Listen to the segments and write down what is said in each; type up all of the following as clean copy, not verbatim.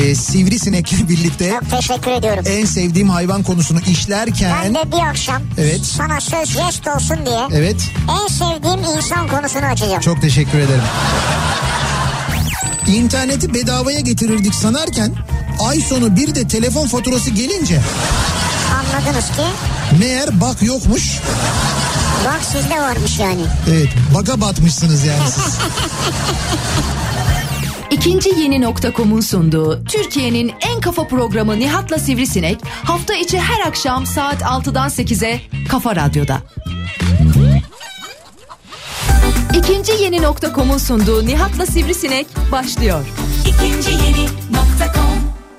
Sivrisinek'le birlikte. Çok teşekkür ediyorum. En sevdiğim hayvan konusunu işlerken. Ben de bir akşam sana söz jest olsun diye. Evet. En sevdiğim insan konusunu açacağım. Çok teşekkür ederim. İnterneti bedavaya getirirdik sanarken ay sonu bir de telefon faturası gelince. Anladınız ki. Meğer bak yokmuş. Bak sizde varmış yani. Evet, baka batmışsınız yani siz. İkinci Yeni.com'un sunduğu Türkiye'nin en kafa programı Nihat'la Sivrisinek hafta içi her akşam saat 6'dan 8'e Kafa Radyo'da. İkinci Yeni.com'un sunduğu Nihat'la Sivrisinek başlıyor. İkinci Yeni.com.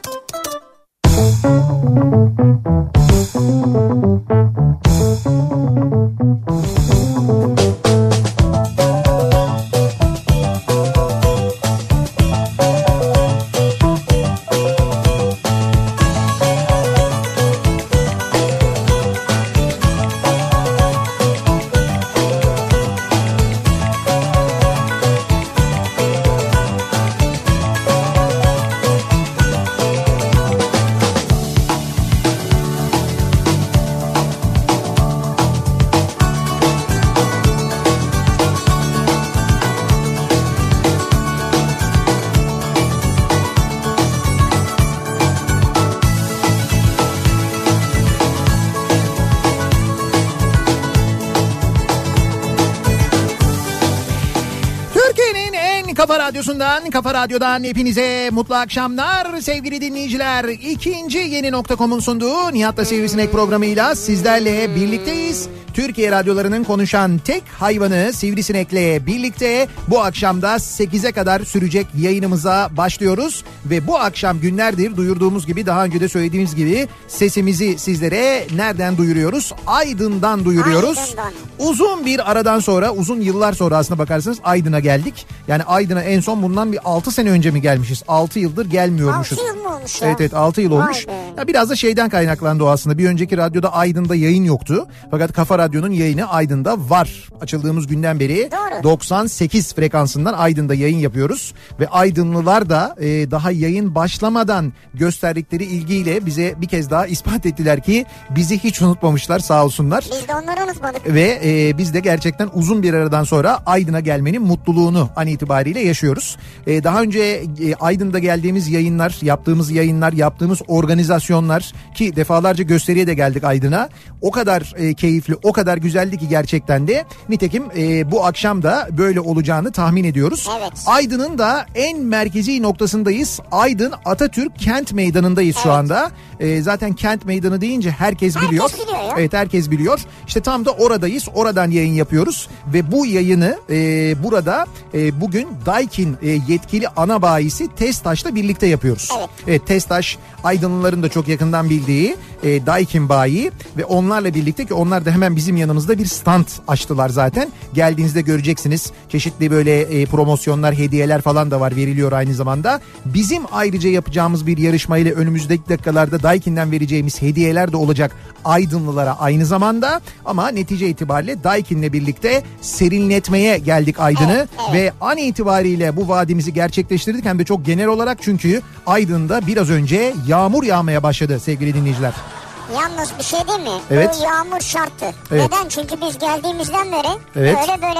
Kafa Radyo'dan hepinize mutlu akşamlar sevgili dinleyiciler. İkinci Yeni.com'un sunduğu Nihat'la Sivrisinek programıyla sizlerle birlikteyiz. Türkiye radyolarının konuşan tek hayvanı Sivrisinek'le birlikte bu akşamda 8'e kadar sürecek yayınımıza başlıyoruz. Ve bu akşam günlerdir duyurduğumuz gibi, daha önce de söylediğimiz gibi sesimizi sizlere nereden duyuruyoruz? Aydın'dan duyuruyoruz. Aydın'dan. Uzun bir aradan sonra, uzun yıllar sonra aslında bakarsanız Aydın'a geldik. Yani Aydın'a en son bundan bir 6 sene önce mi gelmişiz? 6 yıldır gelmiyormuşuz. 6 yıl mı olmuş ya? Evet 6 yıl olmuş. Ya biraz da şeyden kaynaklandı o aslında. Bir önceki radyoda Aydın'da yayın yoktu. Fakat Kafa Radyo'nun yayını Aydın'da var. Açıldığımız günden beri doğru. 98 frekansından Aydın'da yayın yapıyoruz. Ve Aydınlılar da daha yayın başlamadan gösterdikleri ilgiyle bize bir kez daha ispat ettiler ki bizi hiç unutmamışlar, sağ olsunlar. Biz de onları unutmadık. Ve biz de gerçekten uzun bir aradan sonra Aydın'a gelmenin mutluluğunu an itibariyle yaşıyoruz. Daha önce Aydın'da geldiğimiz yayınlar, yaptığımız organizasyonlar ki defalarca gösteriye de geldik Aydın'a. O kadar keyifli, o kadar güzeldi ki gerçekten de. Nitekim bu akşam da böyle olacağını tahmin ediyoruz. Evet. Aydın'ın da en merkezi noktasındayız. Aydın Atatürk Kent Meydanı'ndayız şu anda. Zaten Kent Meydanı deyince herkes biliyor. Herkes biliyor ya. Evet, herkes biliyor. İşte tam da oradayız. Oradan yayın yapıyoruz. Ve bu yayını burada bugün Daikin yetkili ana bayisi Testaş'la birlikte yapıyoruz. Evet, Testaş Aydınlıların da çok yakından bildiği Daikin bayi ve onlarla birlikte, ki onlar da hemen bizim yanımızda bir stand açtılar zaten. Geldiğinizde göreceksiniz. Çeşitli böyle promosyonlar, hediyeler falan da var, veriliyor aynı zamanda. Bizim ayrıca yapacağımız bir yarışmayla önümüzdeki dakikalarda Daikin'den vereceğimiz hediyeler de olacak Aydınlılara aynı zamanda. Ama netice itibariyle Daikin'le birlikte serinletmeye geldik Aydın'ı. Evet. Ve an itibariyle bu vaadimizi gerçekleştirdik, hem de çok genel olarak, çünkü Aydın'da biraz önce yağmur yağmaya başladı sevgili dinleyiciler. Yalnız bir şey değil mi? Evet. Bu yağmur şarttı. Evet. Neden? Çünkü biz geldiğimizden beri Evet. böyle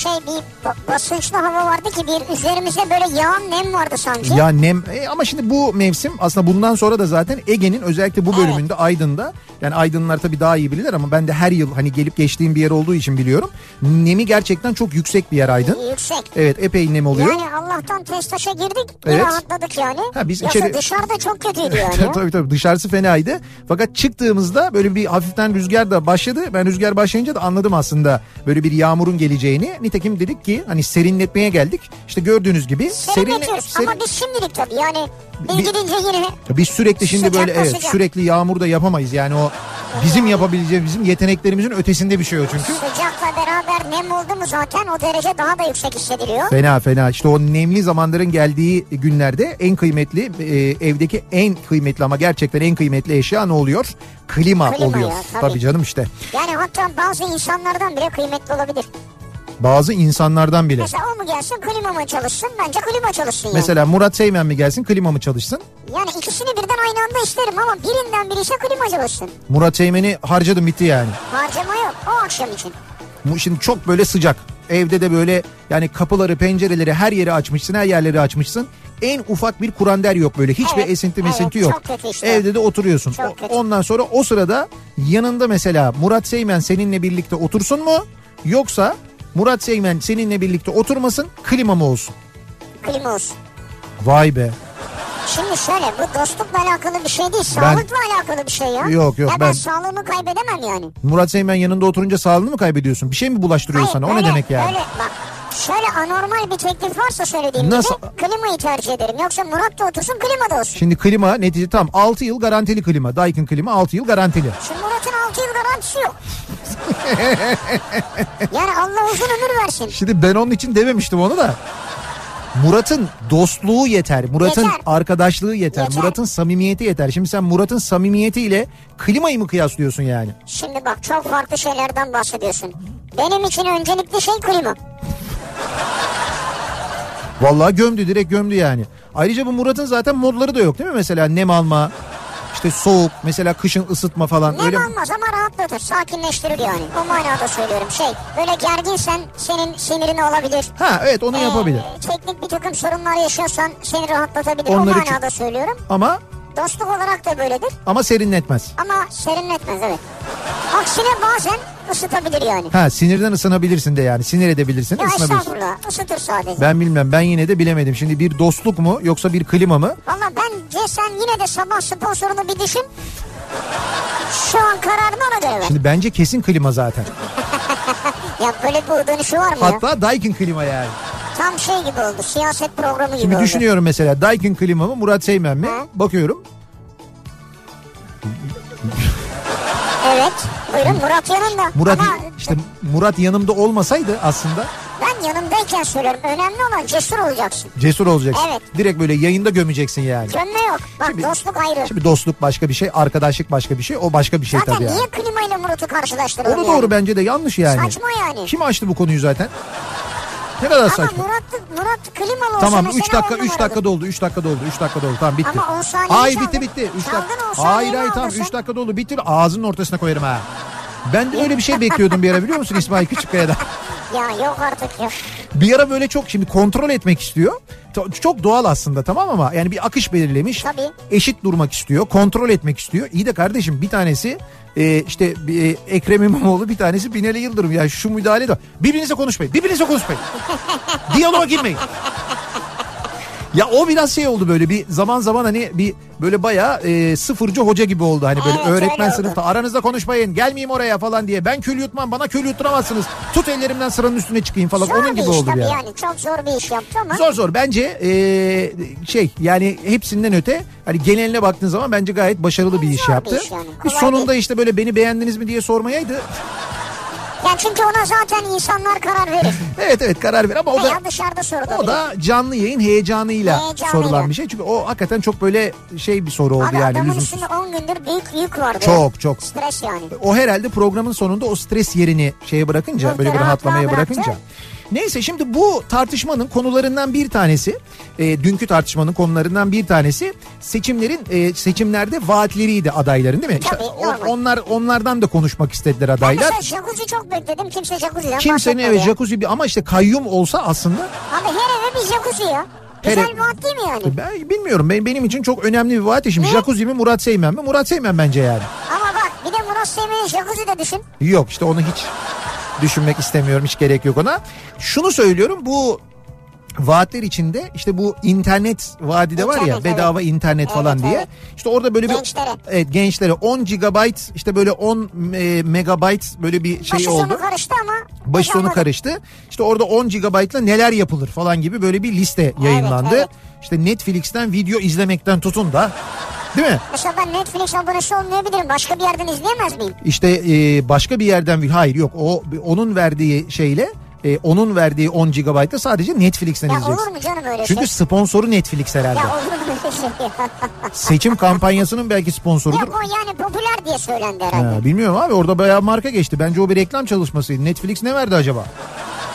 bir basınçlı hava vardı ki bir üzerimizde böyle yağan nem vardı sanki. Ya nem ama şimdi bu mevsim aslında bundan sonra da zaten Ege'nin özellikle bu bölümünde, Aydın'da, yani Aydınlılar tabii daha iyi bilirler ama ben de her yıl hani gelip geçtiğim bir yer olduğu için biliyorum. Nemi gerçekten çok yüksek bir yer Aydın. Yüksek. Evet, epey nem oluyor. Yani Allah'tan Testaş'a girdik. Evet. Bir rahatladık yani. Ha, biz yoksa içeri... dışarıda çok kötüydü yani. tabii dışarısı fenaydı. Fakat çıktığımızda böyle bir hafiften rüzgar da başladı. Ben rüzgar başlayınca da anladım aslında böyle bir yağmurun geleceğini. Nitekim dedik ki hani serinletmeye geldik. İşte gördüğünüz gibi serinletiyoruz. Ama biz şimdilik tabii yani biz gidince yine biz sürekli şimdi sıcak böyle sıcak. Sürekli yağmur da yapamayız. Yani o bizim yapabileceğimiz, bizim yeteneklerimizin ötesinde bir şey o çünkü. Sıcakla beraber nem oldu mu zaten o derece daha da yüksek hissediliyor. Fena. İşte o nemli zamanların geldiği günlerde en kıymetli, evdeki en kıymetli ama gerçekten en kıymetli eşya ne oluyor? Klima oluyor. Ya, tabii canım işte. Yani hatta bazı insanlardan bile kıymetli olabilir. Bazı insanlardan bile. Mesela o mu gelsin klima mı çalışsın? Bence klima çalışsın yani. Mesela Murat Seymen mi gelsin klima mı çalışsın? Yani ikisini birden aynı anda isterim ama birinden biri ise klima çalışsın. Murat Seymen'i harcadım bitti yani. Harcama yok o akşam için. Şimdi çok böyle sıcak. Evde de böyle yani kapıları, pencereleri, her yeri açmışsın, her yerleri açmışsın. En ufak bir kuranדר yok böyle. Hiçbir esinti mesinti yok. Çok kötü işte. Evde de oturuyorsun. Çok kötü. Ondan sonra o sırada yanında mesela Murat Seymen seninle birlikte otursun mu? Yoksa Murat Seymen seninle birlikte oturmasın, klima mı olsun? Klima olsun. Vay be. Şimdi şöyle, bu dostlukla alakalı bir şey değil, sağlıkla alakalı bir şey ya. Yok ya ben sağlığımı kaybedemem yani. Murat Seymen yanında oturunca sağlığını mı kaybediyorsun? Bir şey mi bulaştırıyor Hayır, sana? O öyle, ne demek yani? Öyle bak, şöyle anormal bir teklif varsa söylediğim gibi klimayı tercih ederim. Yoksa Murat da otursun, klima da olsun. Şimdi klima netice tam 6 yıl garantili klima. Daikin klima 6 yıl garantili. Şimdi Murat'ın 6 yıl garantisi yok. Yani Allah uzun ömür versin. Şimdi ben onun için dememiştim onu da. Murat'ın dostluğu yeter. Murat'ın arkadaşlığı yeter. Murat'ın samimiyeti yeter. Şimdi sen Murat'ın samimiyetiyle klimayı mı kıyaslıyorsun yani? Şimdi bak, çok farklı şeylerden bahsediyorsun. Benim için öncelikli şey klima. Vallahi gömdü, direkt gömdü yani. Ayrıca bu Murat'ın zaten modları da yok değil mi? Mesela nem alma, işte soğuk, mesela kışın ısıtma falan. Nem öyle almaz ama rahatlatır, sakinleştirir yani. O manada söylüyorum. Böyle gerginsen senin sinirini alabilir. Ha evet, onu yapabilir. Teknik bir takım sorunlar yaşıyorsan seni rahatlatabilir. Onları o manada söylüyorum. Ama dostluk olarak da böyledir. Ama serinletmez. Ama serinletmez, evet. Aksine bazen ısıtabilir yani. Ha, sinirden ısınabilirsin de yani. Sinir edebilirsin, ya ısınabilirsin. Estağfurullah, ısıtır sadece. Ben bilmem, ben yine de bilemedim. Şimdi bir dostluk mu yoksa bir klima mı? Valla bence sen yine de sabah sponsorunu bir düşün. Şu an kararını ona göre ver. Şimdi bence kesin klima zaten. Ya böyle bir dönüşü var mı Hatta ya? Daikin klima yani. Tam şey gibi oldu, siyaset programı gibi Şimdi oldu. düşünüyorum mesela, Daikin klima mı Murat Seymen mi? Ha? Bakıyorum. Evet, buyurun, Murat yanında. Murat ama işte Murat yanımda olmasaydı aslında. Ben yanımdayken söylüyorum, önemli olan cesur olacaksın. Cesur olacaksın. Evet. Direkt böyle yayında gömeceksin yani. Gömme yok. Bak Şimdi, dostluk ayrı. Şimdi dostluk başka bir şey, arkadaşlık başka bir şey, o başka bir şey zaten tabii yani. Zaten niye klimayla Murat'ı karşılaştıralım? Onu doğru bence de, yanlış yani. Saçma yani. Kim açtı bu konuyu zaten? Ne kadar saçma. Ama Murat klimalı olsa tamam, mesela 3 dakika doldu. Tamam, bitti. Ama 10 saniye Hayır, çaldın. bitti. 3 Çaldın, dakika. 10 saniye Hayır tamam, aldın 3 dakika doldu. Bitti. Ağzının ortasına koyarım ha. Ben de öyle bir şey bekliyordum bir ara, biliyor musun İsmail Küçükkaya'da? Ya yok artık ya. Bir ara böyle çok, şimdi kontrol etmek istiyor. Çok doğal aslında, tamam, ama yani bir akış belirlemiş. Tabii. Eşit durmak istiyor, kontrol etmek istiyor. İyi de kardeşim, bir tanesi Ekrem İmamoğlu, bir tanesi Binali Yıldırım. Ya şu müdahale de. Birbirinize konuşmayın. Diyaloğa girmeyin. Ya o biraz şey oldu, böyle bir zaman hani bir böyle bayağı sıfırcı hoca gibi oldu. Hani böyle öğretmen sınıfta aranızda konuşmayın, gelmeyeyim oraya falan diye. Ben kül yutmam, bana kül yutturamazsınız. Tut ellerimden, sıranın üstüne çıkayım falan. Zor Onun gibi oldu tabii yani. Çok zor bir iş yaptı ama. Zor bence yani hepsinden öte, hani geneline baktığın zaman bence gayet başarılı bir iş yaptı. Yani, sonunda işte böyle beni beğendiniz mi diye sormayaydı. Yani çünkü ona zaten insanlar karar verir. Evet karar ver ama o da dışarıda sorulabilir. O da canlı yayın heyecanıyla sorulan bir şey. Çünkü o hakikaten çok böyle bir soru oldu abi, yani. Adamın üstünde 10 gündür büyük yük vardı. Çok. Stres yani. O herhalde programın sonunda o stres yerini bırakınca, böyle bir rahatlamaya bırakınca. Neyse, şimdi bu tartışmanın konularından bir tanesi, dünkü tartışmanın konularından bir tanesi seçimlerde vaatleriydi adayların, değil mi? Tabii, onlardan da konuşmak istediler adaylar. Ben mesela jacuzzi çok bekledim, kimse jacuzzi'den Kimsenin jacuzzi ama işte kayyum olsa aslında. Abi her eve bir jacuzzi ya. Güzel bir vaat değil mi yani? Ben bilmiyorum, benim için çok önemli bir vaat. Şimdi jacuzzi mi Murat Seymen mi? Murat Seymen bence yani. Ama bak, bir de Murat Seymen'in jacuzzi de düşün. Yok işte, onu hiç düşünmek istemiyorum, hiç gerek yok ona. Şunu söylüyorum, bu vaatler içinde işte bu internet vaadi de var ya, bedava internet falan diye. Evet. İşte orada böyle gençlere 10 GB işte böyle 10 megabayt böyle bir şey oldu. Başı sonu karıştı ama. Başı sonu karıştı. İşte orada 10 GB'la neler yapılır falan gibi böyle bir liste yayınlandı. Evet. İşte Netflix'ten video izlemekten tutun da. Değil mi? Mesela ben Netflix abonesi olmayabilirim. Başka bir yerden izleyemez miyim? İşte başka bir yerden, hayır yok, onun verdiği şeyle onun verdiği 10 GB'da sadece Netflix'ten izleyeceksin. Olur mu canım öyle şey? Çünkü sponsoru Netflix herhalde. Ya olur mu öyle şey? Seçim kampanyasının belki sponsorudur. Yok, o yani popüler diye söylendi herhalde. Bilmiyorum abi, orada bayağı marka geçti. Bence o bir reklam çalışmasıydı. Netflix ne verdi acaba?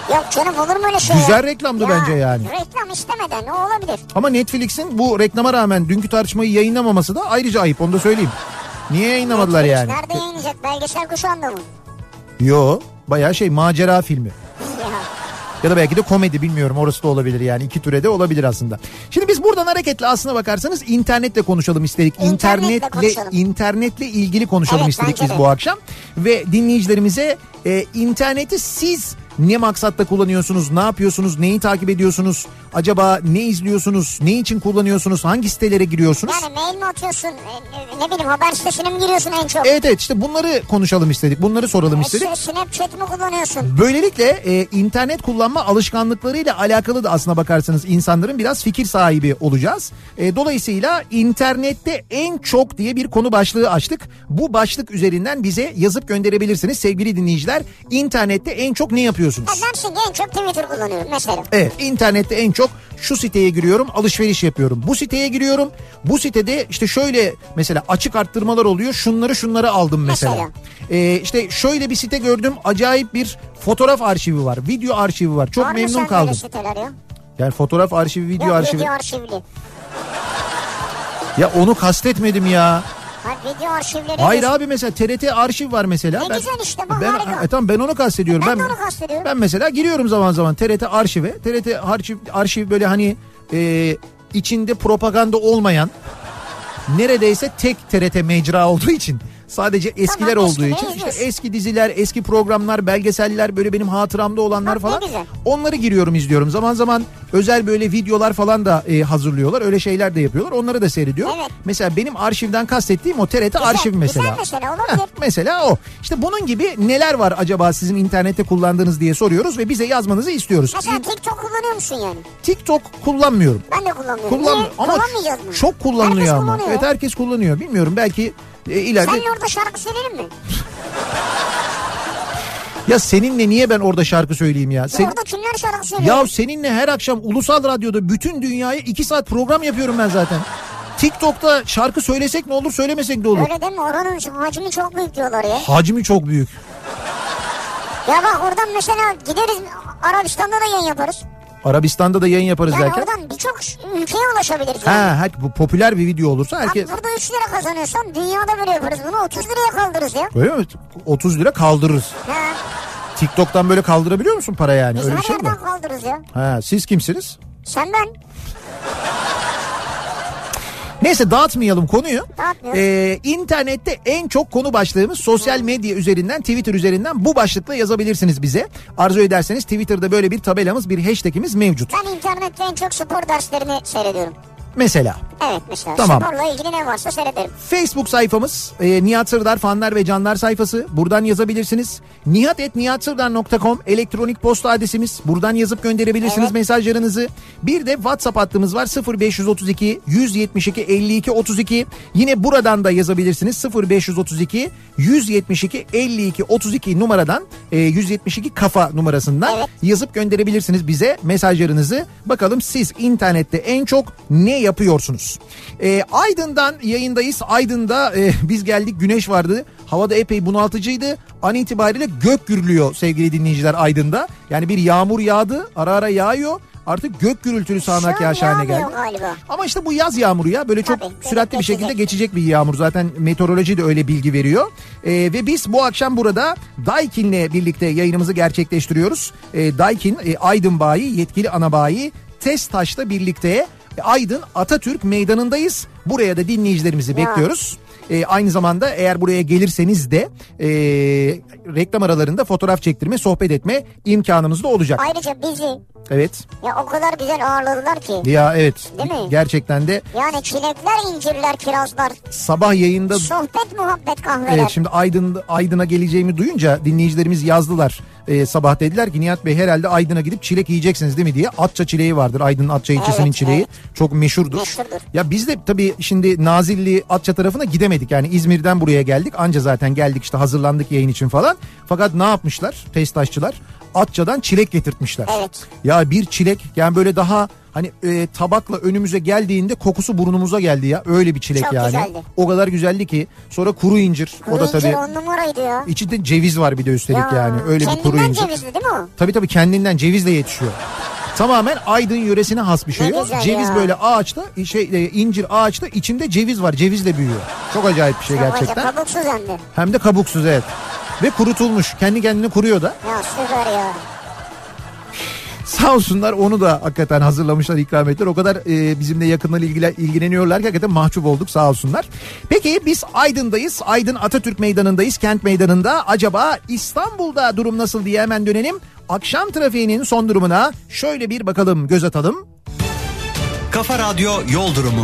Yok canım, olur mu öyle şey? Güzel reklamdı bence yani. Reklam istemeden o olabilir. Ama Netflix'in bu reklama rağmen dünkü tartışmayı yayınlamaması da ayrıca ayıp, onu da söyleyeyim. Niye yayınlamadılar Netflix yani? nerede yayınlayacak? Belgesel kuşağında mı? Yo, bayağı macera filmi. Ya. Ya da belki de komedi, bilmiyorum, orası da olabilir yani, iki türe de olabilir aslında. Şimdi biz buradan hareketle aslına bakarsanız internetle konuşalım istedik. İnternetle ilgili konuşalım istedik biz bu akşam. Ve dinleyicilerimize interneti siz ne maksatta kullanıyorsunuz, ne yapıyorsunuz, neyi takip ediyorsunuz, acaba ne izliyorsunuz, ne için kullanıyorsunuz, hangi sitelere giriyorsunuz? Yani mail mi atıyorsun, ne bileyim haber sitesine mi giriyorsun en çok? Evet, işte bunları konuşalım istedik, bunları soralım istedik. Snapchat mi kullanıyorsun? Böylelikle internet kullanma alışkanlıklarıyla alakalı da aslına bakarsanız insanların biraz fikir sahibi olacağız. Dolayısıyla internette en çok diye bir konu başlığı açtık. Bu başlık üzerinden bize yazıp gönderebilirsiniz sevgili dinleyiciler. İnternette en çok ne yapıyorsunuz? Dersin ki en çok Twitter kullanıyorum mesela. Evet, internette en çok şu siteye giriyorum, alışveriş yapıyorum. Bu siteye giriyorum. Bu sitede işte şöyle mesela açık arttırmalar oluyor. Şunları aldım mesela. İşte şöyle bir site gördüm. Acayip bir fotoğraf arşivi var. Video arşivi var. Çok memnun kaldım. Ya? Yani fotoğraf arşivi, video arşivi. Video arşivli. Ya onu kastetmedim ya. Video arşivleri. Hayır abi, mesela TRT arşiv var mesela. Ne güzel işte, bu harika. Tamam, ben onu kastediyorum. Ben de onu kastediyorum. Ben mesela giriyorum zaman zaman TRT arşive. TRT arşiv böyle hani içinde propaganda olmayan, neredeyse tek TRT mecra olduğu için, sadece eskiler olduğu için işte eski diziler, eski programlar, belgeseller, böyle benim hatıramda olanlar falan, onları giriyorum, izliyorum. Zaman zaman özel böyle videolar falan da hazırlıyorlar. Öyle şeyler de yapıyorlar. Onları da seyrediyorum. Evet. Mesela benim arşivden kastettiğim o TRT arşiv mesela. Güzel mesela, olabilir. Mesela o. İşte bunun gibi neler var acaba sizin internette kullandığınız diye soruyoruz ve bize yazmanızı istiyoruz. Mesela TikTok kullanıyor musun yani? TikTok kullanmıyorum. Ben de kullanmıyorum. Ama çok kullanılıyor herkes ama. Kullanıyor. Evet, herkes kullanıyor. Bilmiyorum, belki ileride... Seninle orada şarkı söyleyelim mi? Ya seninle niye ben orada şarkı söyleyeyim ya? Orada kimler şarkı söylüyor? Ya seninle her akşam Ulusal Radyo'da bütün dünyaya 2 saat program yapıyorum ben zaten. TikTok'ta şarkı söylesek ne olur, söylemesek ne olur? Öyle deme, oranın hacmi çok büyük diyorlar ya. Hacmi çok büyük. Ya bak, oradan mesela gideriz Arabistan'da da yayın yaparız. Arabistan'da da yayın yaparız yani derken. oradan birçok ülkeye ulaşabiliriz yani. Bu popüler bir video olursa herkes... Bak, burada 3 lira kazanıyorsan dünyada böyle yaparız. Bunu 30 liraya kaldırırız ya. Öyle mi? 30 lira kaldırırız. He. TikTok'tan böyle kaldırabiliyor musun para yani? Biz öyle her bir şey mi? yerden kaldırırız ya. Siz kimsiniz? Sen, ben. Neyse, dağıtmayalım konuyu. Dağıtmıyoruz. İnternette en çok konu başlığımız sosyal medya üzerinden, Twitter üzerinden bu başlıkla yazabilirsiniz bize. Arzu ederseniz Twitter'da böyle bir tabelamız, bir hashtagimiz mevcut. Ben internette en çok spor derslerini seyrediyorum. Mesela. Evet mesela. Tamam. Sporla ilgili ne varsa seyrederim. Facebook sayfamız Nihat Sırdar fanlar ve canlar sayfası. Buradan yazabilirsiniz. nihat@nihatsırdar.com elektronik posta adresimiz. Buradan yazıp gönderebilirsiniz mesajlarınızı. Bir de WhatsApp hattımız var. 0532 172 52 32. Yine buradan da yazabilirsiniz. 0532 172 52 32 numaradan 172 kafa numarasından yazıp gönderebilirsiniz bize mesajlarınızı. Bakalım siz internette en çok ne yapıyorsunuz? Aydın'dan yayındayız. Aydın'da biz geldik, güneş vardı. Havada epey bunaltıcıydı. An itibariyle gök gürlüyor sevgili dinleyiciler Aydın'da. Yani bir yağmur yağdı, ara ara yağıyor. Artık gök gürültülü sağanak yağış haline geldi. Galiba. Ama işte bu yaz yağmuru ya, böyle çok süratli bir şekilde geçecek bir yağmur. Zaten meteoroloji de öyle bilgi veriyor. Ve biz bu akşam burada Daikin'le birlikte yayınımızı gerçekleştiriyoruz. Daikin, Aydın Bayi, yetkili ana bayi TESTAŞ'la birlikte Aydın Atatürk Meydanı'ndayız. Buraya da dinleyicilerimizi bekliyoruz. Aynı zamanda eğer buraya gelirseniz de reklam aralarında fotoğraf çektirme, sohbet etme imkanımız da olacak. Ayrıca bizi ya o kadar güzel ağırladılar ki. Ya evet. Değil mi? Gerçekten de. Yani çilekler, incirler, kirazlar. Sabah yayında. Sohbet, muhabbet, kahveler. Evet, şimdi Aydın'a geleceğimi duyunca dinleyicilerimiz yazdılar. Sabah dediler ki Nihat Bey herhalde Aydın'a gidip çilek yiyeceksiniz değil mi diye. Atça çileği vardır, Aydın'ın Atça ilçesinin çileği. Çok meşhurdur. Ya biz de tabii şimdi Nazilli, Atça tarafına gidemedik. Yani İzmir'den buraya geldik. Anca zaten geldik işte, hazırlandık yayın için falan. Fakat ne yapmışlar TESTAŞçılar? Atça'dan çilek getirtmişler. Evet. Ya bir çilek, yani böyle daha Hani tabakla önümüze geldiğinde kokusu burnumuza geldi ya. Öyle bir çilek çok yani. Güzeldi. O kadar güzeldi ki. Sonra kuru incir. Kuru o da incir tabii. 10 numaraydı ya. İçinde ceviz var bir de üstelik yani. Öyle bir kuru incir. Kendinden cevizli değil mi o? Tabii kendinden cevizle yetişiyor. Tamamen Aydın yöresine has bir şey o. Ceviz ya. Böyle ağaçta incir ağaçta içinde ceviz var. Cevizle büyüyor. Çok acayip bir şey çok gerçekten. Acayip, kabuksuz hem de. Hem de kabuksuz evet. Ve kurutulmuş. Kendi kendine kuruyor da. Ya süper ya. Sağ olsunlar onu da hakikaten hazırlamışlar, ikram ettiler. O kadar bizimle yakından ilgileniyorlar ki hakikaten mahcup olduk, sağ olsunlar. Peki biz Aydın'dayız. Aydın Atatürk Meydanı'ndayız. Kent Meydanı'nda. Acaba İstanbul'da durum nasıl diye hemen dönelim. Akşam trafiğinin son durumuna şöyle bir bakalım, göz atalım. Kafa Radyo Yol Durumu.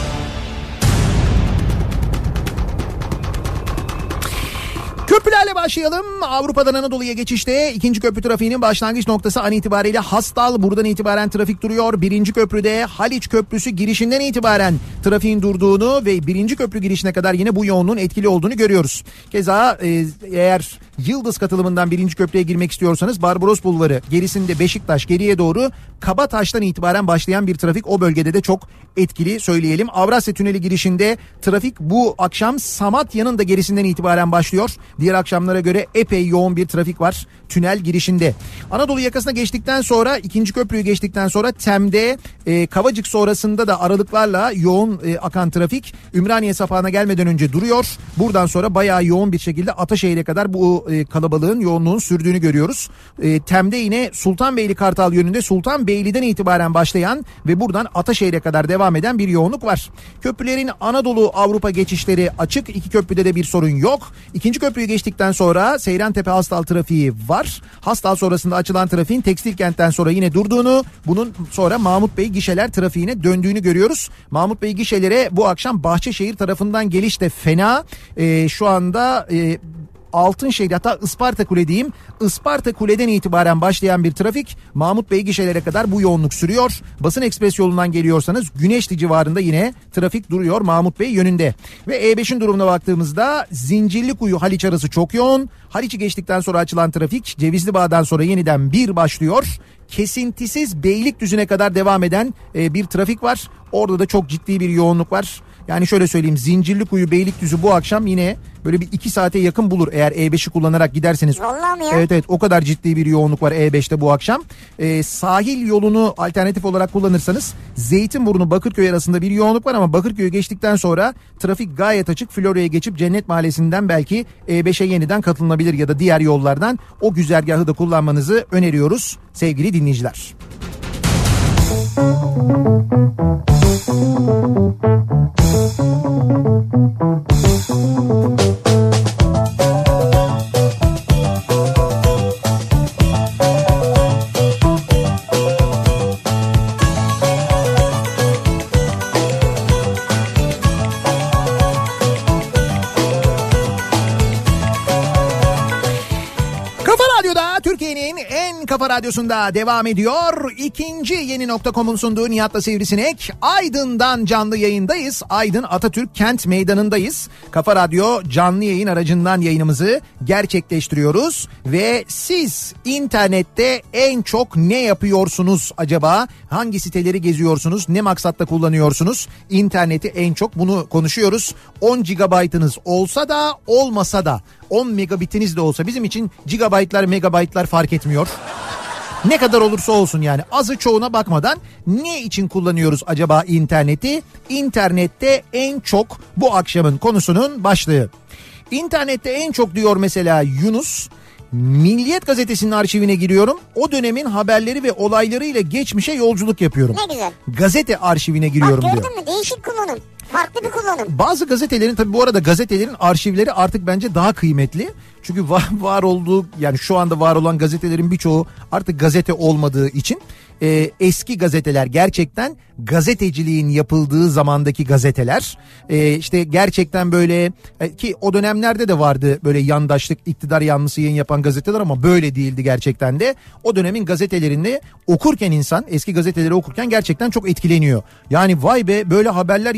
Köprülerle başlayalım. Avrupa'dan Anadolu'ya geçişte ikinci köprü trafiğinin başlangıç noktası an itibariyle Hastal. Buradan itibaren trafik duruyor. Birinci köprüde Haliç Köprüsü girişinden itibaren trafiğin durduğunu ve birinci köprü girişine kadar yine bu yoğunluğun etkili olduğunu görüyoruz. Keza eğer Yıldız katılımından birinci köprüye girmek istiyorsanız Barbaros Bulvarı gerisinde Beşiktaş, geriye doğru Kabataş'tan itibaren başlayan bir trafik o bölgede de çok etkili söyleyelim. Avrasya Tüneli girişinde trafik bu akşam Samatya'nın da gerisinden itibaren başlıyor. Diğer akşamlara göre epey yoğun bir trafik var tünel girişinde. Anadolu yakasına geçtikten sonra, ikinci köprüyü geçtikten sonra Tem'de Kavacık sonrasında da aralıklarla yoğun akan trafik Ümraniye sapağına gelmeden önce duruyor. Buradan sonra bayağı yoğun bir şekilde Ataşehir'e kadar bu kalabalığın, yoğunluğun sürdüğünü görüyoruz. Tem'de yine Sultanbeyli Kartal yönünde Sultanbeyli'den itibaren başlayan ve buradan Ataşehir'e kadar devam eden bir yoğunluk var. Köprülerin Anadolu Avrupa geçişleri açık. İki köprüde de bir sorun yok. İkinci köprüyü geçtikten sonra Seyrantepe Hastal trafiği var. Hastal sonrasında açılan trafiğin Tekstilkent'ten sonra yine durduğunu, bunun sonra Mahmut Bey gişeler trafiğine döndüğünü görüyoruz. Mahmut Bey gişelere bu akşam Bahçeşehir tarafından geliş de fena. Şu anda Altınşehir, hatta Isparta Kule diyeyim. Isparta Kule'den itibaren başlayan bir trafik Mahmut Bey gişelere kadar bu yoğunluk sürüyor. Basın Ekspres yolundan geliyorsanız Güneşli civarında yine trafik duruyor Mahmut Bey yönünde. Ve E5'in durumuna baktığımızda Zincirlikuyu Haliç arası çok yoğun. Haliç'i geçtikten sonra açılan trafik Cevizli Bağ'dan sonra yeniden bir başlıyor. Kesintisiz Beylikdüzü'ne kadar devam eden bir trafik var. Orada da çok ciddi bir yoğunluk var. Yani şöyle söyleyeyim, Zincirlikuyu Beylikdüzü bu akşam yine böyle bir 2 saate yakın bulur eğer E5'i kullanarak giderseniz. Vallahi mi ya? Evet o kadar ciddi bir yoğunluk var E5'te bu akşam. Sahil yolunu alternatif olarak kullanırsanız Zeytinburnu Bakırköy arasında bir yoğunluk var ama Bakırköy'ü geçtikten sonra trafik gayet açık. Florya'ya geçip Cennet Mahallesi'nden belki E5'e yeniden katılınabilir ya da diğer yollardan o güzergahı da kullanmanızı öneriyoruz sevgili dinleyiciler. Kafa Radyosu'nda devam ediyor. İkinci yeni nokta.com'un sunduğu Nihat'la Sivrisinek. Aydın'dan canlı yayındayız. Aydın Atatürk Kent Meydanı'ndayız. Kafa Radyo canlı yayın aracından yayınımızı gerçekleştiriyoruz. Ve siz internette en çok ne yapıyorsunuz acaba? Hangi siteleri geziyorsunuz? Ne maksatla kullanıyorsunuz? İnterneti en çok, bunu konuşuyoruz. 10 GB'ınız olsa da olmasa da, 10 megabitiniz de olsa bizim için gigabaytlar megabaytlar fark etmiyor. Ne kadar olursa olsun yani, azı çoğuna bakmadan ne için kullanıyoruz acaba interneti? İnternette en çok bu akşamın konusunun başlığı. İnternette en çok diyor mesela Yunus, Milliyet Gazetesi'nin arşivine giriyorum. O dönemin haberleri ve olaylarıyla geçmişe yolculuk yapıyorum. Ne güzel. Gazete arşivine giriyorum diyor. Gördün mü? Değişik kullanım. Farklı bir kullanım. Bazı gazetelerin, tabii bu arada gazetelerin arşivleri artık bence daha kıymetli. Çünkü var olduğu, yani şu anda var olan gazetelerin birçoğu artık gazete olmadığı için eski gazeteler, gerçekten gazeteciliğin yapıldığı zamandaki gazeteler, işte gerçekten böyle ki o dönemlerde de vardı böyle yandaşlık, iktidar yanlısı yayın yapan gazeteler ama böyle değildi gerçekten de. O dönemin gazetelerinde okurken insan, eski gazeteleri okurken gerçekten çok etkileniyor. Yani vay be, böyle haberler yapılabiliyor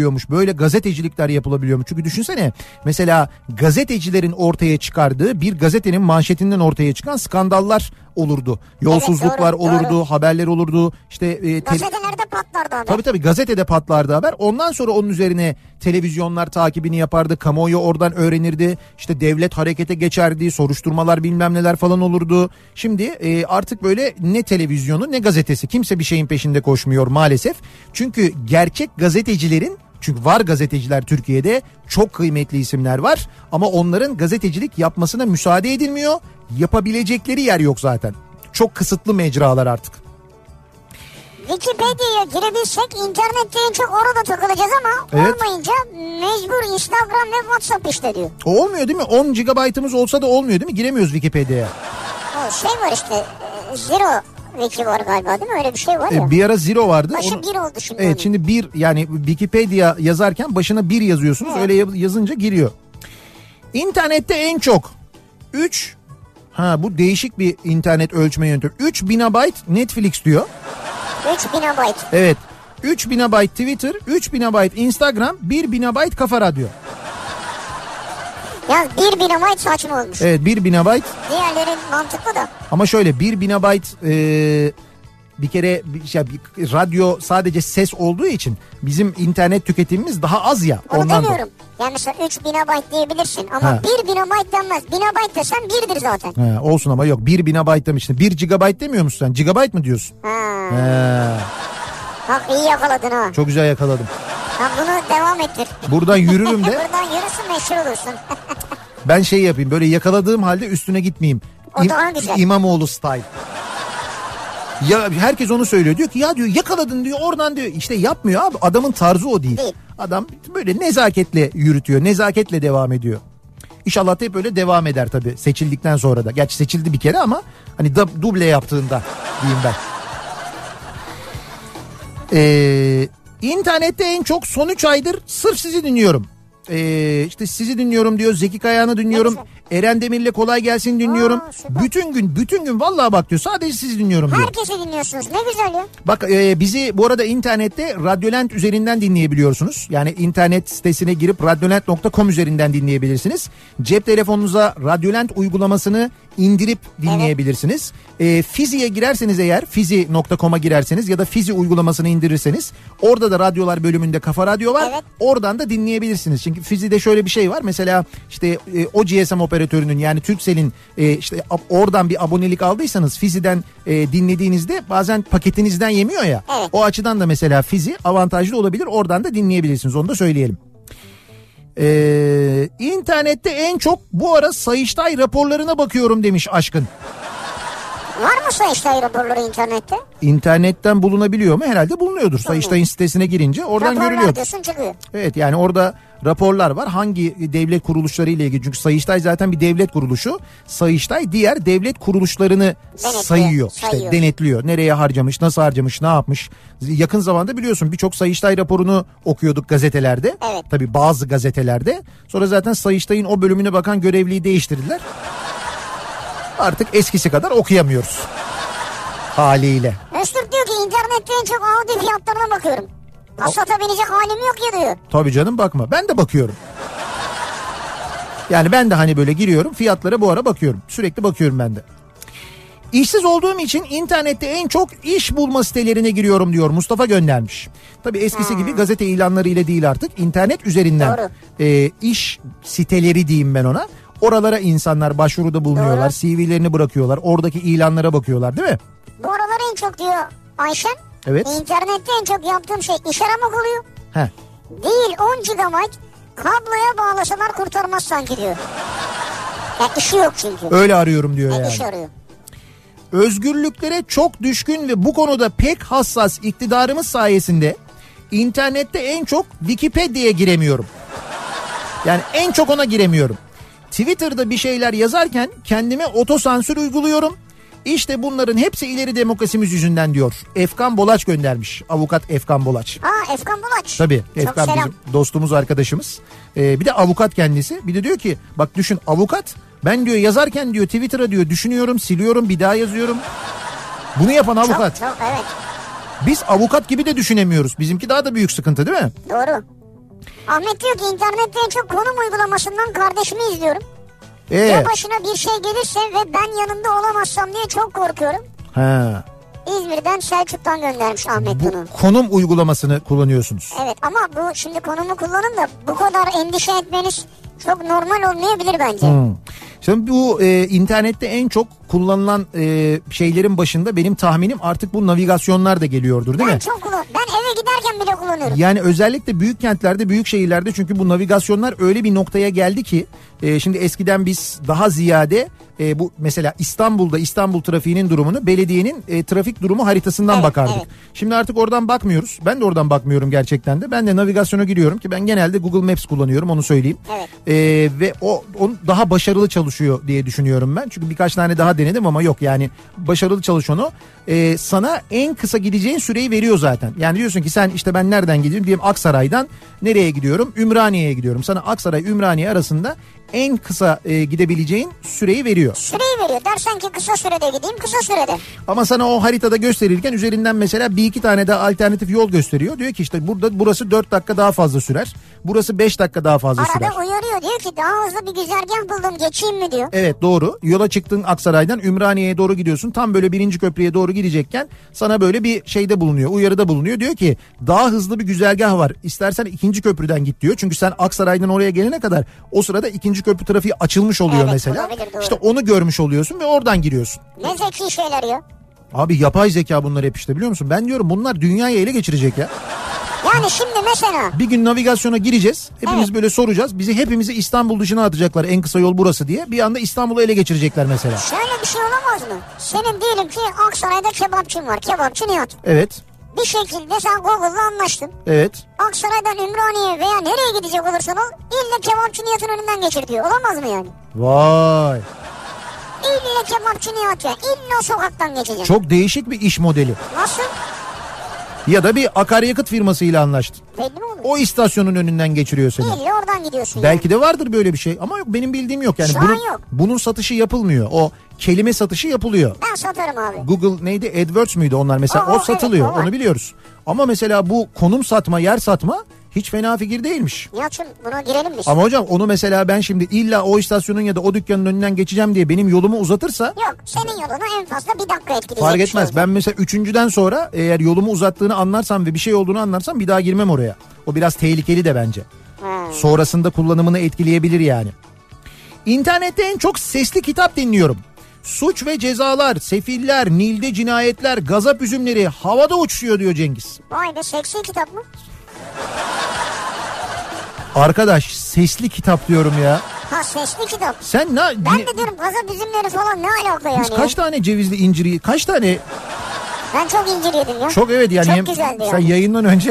yapılabiliyormuş. Böyle gazetecilikler yapılabiliyormuş. Çünkü düşünsene mesela gazetecilerin ortaya çıkardığı bir gazetenin manşetinden ortaya çıkan skandallar olurdu. Yolsuzluklar olurdu, haberler olurdu. İşte gazetelerde patlardı haber. Tabii gazetede patlardı haber. Ondan sonra onun üzerine televizyonlar takibini yapardı. Kamuoyu oradan öğrenirdi. İşte devlet harekete geçerdi. Soruşturmalar bilmem neler falan olurdu. Şimdi artık böyle ne televizyonu ne gazetesi, kimse bir şeyin peşinde koşmuyor maalesef. Çünkü gerçek gazetecilerin, çünkü var gazeteciler Türkiye'de, çok kıymetli isimler var ama onların gazetecilik yapmasına müsaade edilmiyor. Yapabilecekleri yer yok zaten. Çok kısıtlı mecralar artık. Wikipedia'ya girebilsek internette en çok orada takılacağız ama olmayınca mecbur Instagram ve WhatsApp işte diyor. O olmuyor değil mi? 10 GB'ımız olsa da olmuyor değil mi? Giremiyoruz Wikipedia'ya. O şey var işte Zero Wiki var galiba değil mi? Öyle bir şey var ya. Bir ara Zero vardı. Başı 1 oldu şimdi. Evet onun. şimdi 1 yani Wikipedia yazarken başına 1 yazıyorsunuz. Evet. Öyle yazınca giriyor. İnternette en çok 3 bu değişik bir internet ölçme yöntemi. 3 binabyte Netflix diyor. 3 binabyte. Evet. 3 binabyte Twitter, 3 binabyte Instagram, 1 binabyte Kafa Radyo. Ya 1 binabyte saçma olmuş. Evet 1 binabyte. Diğerleri mantıklı da. Ama şöyle 1 binabyte bir kere radyo sadece ses olduğu için bizim internet tüketimimiz daha az ya. Onu demiyorum. Yani mesela 3 binabyte diyebilirsin ama 1 binabyte denmez. Binabyte desen 1'dir zaten. Olsun ama yok 1 binabyte demiştin. 1 gigabyte demiyor musun sen? Gigabyte mı diyorsun? Bak iyi yakaladın ha. Çok güzel yakaladım. Bak bunu devam ettir. Buradan yürürüm de. Buradan yürüsün meşhur olursun. Ben şey yapayım böyle yakaladığım halde üstüne gitmeyeyim. O daha güzel. İmamoğlu style. Ya herkes onu söylüyor. Diyor ki ya diyor yakaladın diyor oradan diyor. İşte yapmıyor abi. Adamın tarzı o değil. Adam böyle nezaketle yürütüyor. Nezaketle devam ediyor. İnşallah da hep öyle devam eder tabii seçildikten sonra da. Gerçi seçildi bir kere ama hani duble yaptığında diyeyim ben. İnternette en çok son 3 aydır sırf sizi dinliyorum. İşte sizi dinliyorum diyor. Zeki Kayağan'ı dinliyorum. Eren Demir'le Kolay Gelsin dinliyorum. Bütün gün vallahi bak diyor. Sadece sizi dinliyorum diyor. Herkesi dinliyorsunuz. Ne güzel ya. Bak bizi bu arada internette Radyolent üzerinden dinleyebiliyorsunuz. Yani internet sitesine girip radyolent.com üzerinden dinleyebilirsiniz. Cep telefonunuza Radyolent uygulamasını indirip dinleyebilirsiniz. Fizi'ye girerseniz eğer fizi.com'a girerseniz ya da Fizi uygulamasını indirirseniz orada da radyolar bölümünde Kafa Radyo var. Evet. Oradan da dinleyebilirsiniz. Çünkü Fizi'de şöyle bir şey var. Mesela işte o GSM operatörünün yani Turkcell'in işte oradan bir abonelik aldıysanız Fizi'den dinlediğinizde bazen paketinizden yemiyor ya. Evet. O açıdan da mesela Fizi avantajlı olabilir. Oradan da dinleyebilirsiniz. Onu da söyleyelim. İnternette en çok bu ara Sayıştay raporlarına bakıyorum demiş Aşkın. Var mı Sayıştay raporları internette? İnternetten bulunabiliyor mu? Herhalde bulunuyordur. Sayıştay'ın sitesine girince oradan raporlar görülüyor. Diyorsun, çıkıyor. Evet yani orada raporlar var. Hangi devlet kuruluşları ile ilgili? Çünkü Sayıştay zaten bir devlet kuruluşu. Sayıştay diğer devlet kuruluşlarını sayıyor. İşte denetliyor. Nereye harcamış, nasıl harcamış, ne yapmış. Yakın zamanda biliyorsun birçok Sayıştay raporunu okuyorduk gazetelerde. Evet. Tabii bazı gazetelerde. Sonra zaten Sayıştay'ın o bölümüne bakan görevliyi değiştirdiler. Artık eskisi kadar okuyamıyoruz haliyle. Öztürk diyor ki internette en çok Audi fiyatlarına bakıyorum. Passat'a binecek halim yok ya diyor. Tabii canım bakma. Ben de bakıyorum. Yani ben de hani böyle giriyorum fiyatlara bu ara bakıyorum. Sürekli bakıyorum ben de. İşsiz olduğum için internette en çok iş bulma sitelerine giriyorum diyor Mustafa göndermiş. Tabii eskisi gibi gazete ilanları ile değil artık internet üzerinden iş siteleri diyeyim ben ona. Oralara insanlar başvuruda bulunuyorlar. CV'lerini bırakıyorlar. Oradaki ilanlara bakıyorlar değil mi? Bu aralar en çok diyor Ayşen. Evet. İnternette en çok yaptığım şey iş aramak oluyor. He. Değil 10 GB kabloya bağlasalar kurtarmaz sanki diyor. Ya işi yok çünkü. Öyle arıyorum diyor yani. İş arıyor. Özgürlüklere çok düşkün ve bu konuda pek hassas iktidarımız sayesinde internette en çok Wikipedia'ya giremiyorum. Yani en çok ona giremiyorum. Twitter'da bir şeyler yazarken kendime otosansür uyguluyorum. İşte bunların hepsi ileri demokrasimiz yüzünden diyor. Efkan Bolaç göndermiş. Avukat Efkan Bolaç. Efkan Bolaç. Tabii Efkan bizim dostumuz, arkadaşımız. Bir de avukat kendisi. Bir de diyor ki bak düşün avukat. Ben diyor yazarken diyor Twitter'a diyor düşünüyorum, siliyorum, bir daha yazıyorum. Bunu yapan avukat. Çok evet. Biz avukat gibi de düşünemiyoruz. Bizimki daha da büyük sıkıntı değil mi? Doğru. Ahmet diyor ki internette en çok konum uygulamasından kardeşimi izliyorum. Ya başına bir şey gelirse ve ben yanında olamazsam diye çok korkuyorum. Ha. İzmir'den Selçuk'tan göndermiş Ahmet bunu. Konum uygulamasını kullanıyorsunuz. Evet ama bu şimdi konumu kullanın da bu kadar endişe etmeniz çok normal olmayabilir bence. Şimdi bu internette en çok kullanılan şeylerin başında benim tahminim artık bu navigasyonlar da geliyordur değil mi? Ben çok kullanıyorum. Ben eve giderken bile kullanıyorum. Yani özellikle büyük kentlerde, büyük şehirlerde çünkü bu navigasyonlar öyle bir noktaya geldi ki şimdi eskiden biz daha ziyade bu mesela İstanbul'da İstanbul trafiğinin durumunu belediyenin trafik durumu haritasından bakardık. Evet. Şimdi artık oradan bakmıyoruz. Ben de oradan bakmıyorum gerçekten de. Ben de navigasyona giriyorum ki ben genelde Google Maps kullanıyorum, onu söyleyeyim. Evet. Ve o daha başarılı çalışıyor diye düşünüyorum ben. Çünkü birkaç tane daha denedim ama yok yani başarılı çalışan o. Sana en kısa gideceğin süreyi veriyor zaten. Yani diyorsun ki sen işte ben nereden gidiyorum? Diyelim Aksaray'dan nereye gidiyorum? Ümraniye'ye gidiyorum. Sana Aksaray Ümraniye arasında en kısa gidebileceğin süreyi veriyor. Süreyi veriyor. Dersen ki kısa sürede gideyim, kısa sürede. Ama sana o haritada gösterirken üzerinden mesela bir iki tane daha alternatif yol gösteriyor. Diyor ki işte burası 4 dakika daha fazla sürer. Burası 5 dakika daha fazla sürer. Arada uyarıyor, diyor ki daha hızlı bir güzergah buldum, geçeyim mi diyor. Evet, doğru. Yola çıktın Aksaray'dan Ümraniye'ye doğru gidiyorsun. Tam böyle 1. köprüye doğru gidecekken sana böyle bir şeyde bulunuyor. Uyarıda bulunuyor. Diyor ki daha hızlı bir güzergah var. İstersen 2. köprüden git diyor. Çünkü sen Aksaray'dan oraya gelene kadar o sırada 2. köprü trafiği açılmış oluyor, evet, mesela. Olabilir, İşte onu görmüş oluyorsun ve oradan giriyorsun. Ne zeki şeyler ya. Abi yapay zeka bunlar hep işte, biliyor musun? Ben diyorum bunlar dünyayı ele geçirecek ya. Yani şimdi mesela. Bir gün navigasyona gireceğiz. Hepimiz böyle soracağız. Hepimizi İstanbul dışına atacaklar, en kısa yol burası diye. Bir anda İstanbul'u ele geçirecekler mesela. Şöyle bir şey olamaz mı? Senin diyelim ki Aksaray'da kebapçın var. Kebapçı Nihat. Evet. Bir şekilde sen Google'la anlaştın. Evet. Aksaray'dan Ümraniye veya nereye gidecek olursan ol, illa kebapçı Nihat'ın önünden geçir diyor. Olamaz mı yani? Vay. İlla kebapçı Nihat ya. İlla sokaktan geçeceksin. Çok değişik bir iş modeli. Nasıl? Ya da bir akaryakıt firmasıyla anlaştın. Belli mi olur? O istasyonun önünden geçiriyor seni. İlla oradan gidiyorsun. Belki de vardır böyle bir şey ama yok, benim bildiğim yok. Yani şu an yok. Bunun satışı yapılmıyor. O kelime satışı yapılıyor. Ben satarım abi. Google neydi? AdWords müydü onlar mesela? O satılıyor. Evet, onu biliyoruz. Ama mesela bu konum satma, yer satma hiç fena fikir değilmiş. Nihat'cığım buna girelim biz. Ama hocam onu mesela ben şimdi illa o istasyonun ya da o dükkanın önünden geçeceğim diye benim yolumu uzatırsa. Yok, senin yolunu en fazla bir dakika etkileyecek. Fark etmez. Ben mesela 3.'den sonra eğer yolumu uzattığını anlarsam ve bir şey olduğunu anlarsam bir daha girmem oraya. O biraz tehlikeli de bence. Sonrasında kullanımını etkileyebilir yani. İnternette en çok sesli kitap dinliyorum. Suç ve cezalar, sefiller, Nil'de cinayetler, gazap üzümleri havada uçuşuyor diyor Cengiz. Vay be, seksi kitap mı? Arkadaş sesli kitap diyorum ya. Ha, sesli kitap. Sen ne? Ben de diyorum gazap üzümleri falan ne alaka yani? Biz kaç tane cevizli inciri, kaç tane? Ben çok incir yedim ya. Çok, evet yani. Çok güzeldi sen yani. Yayından önce.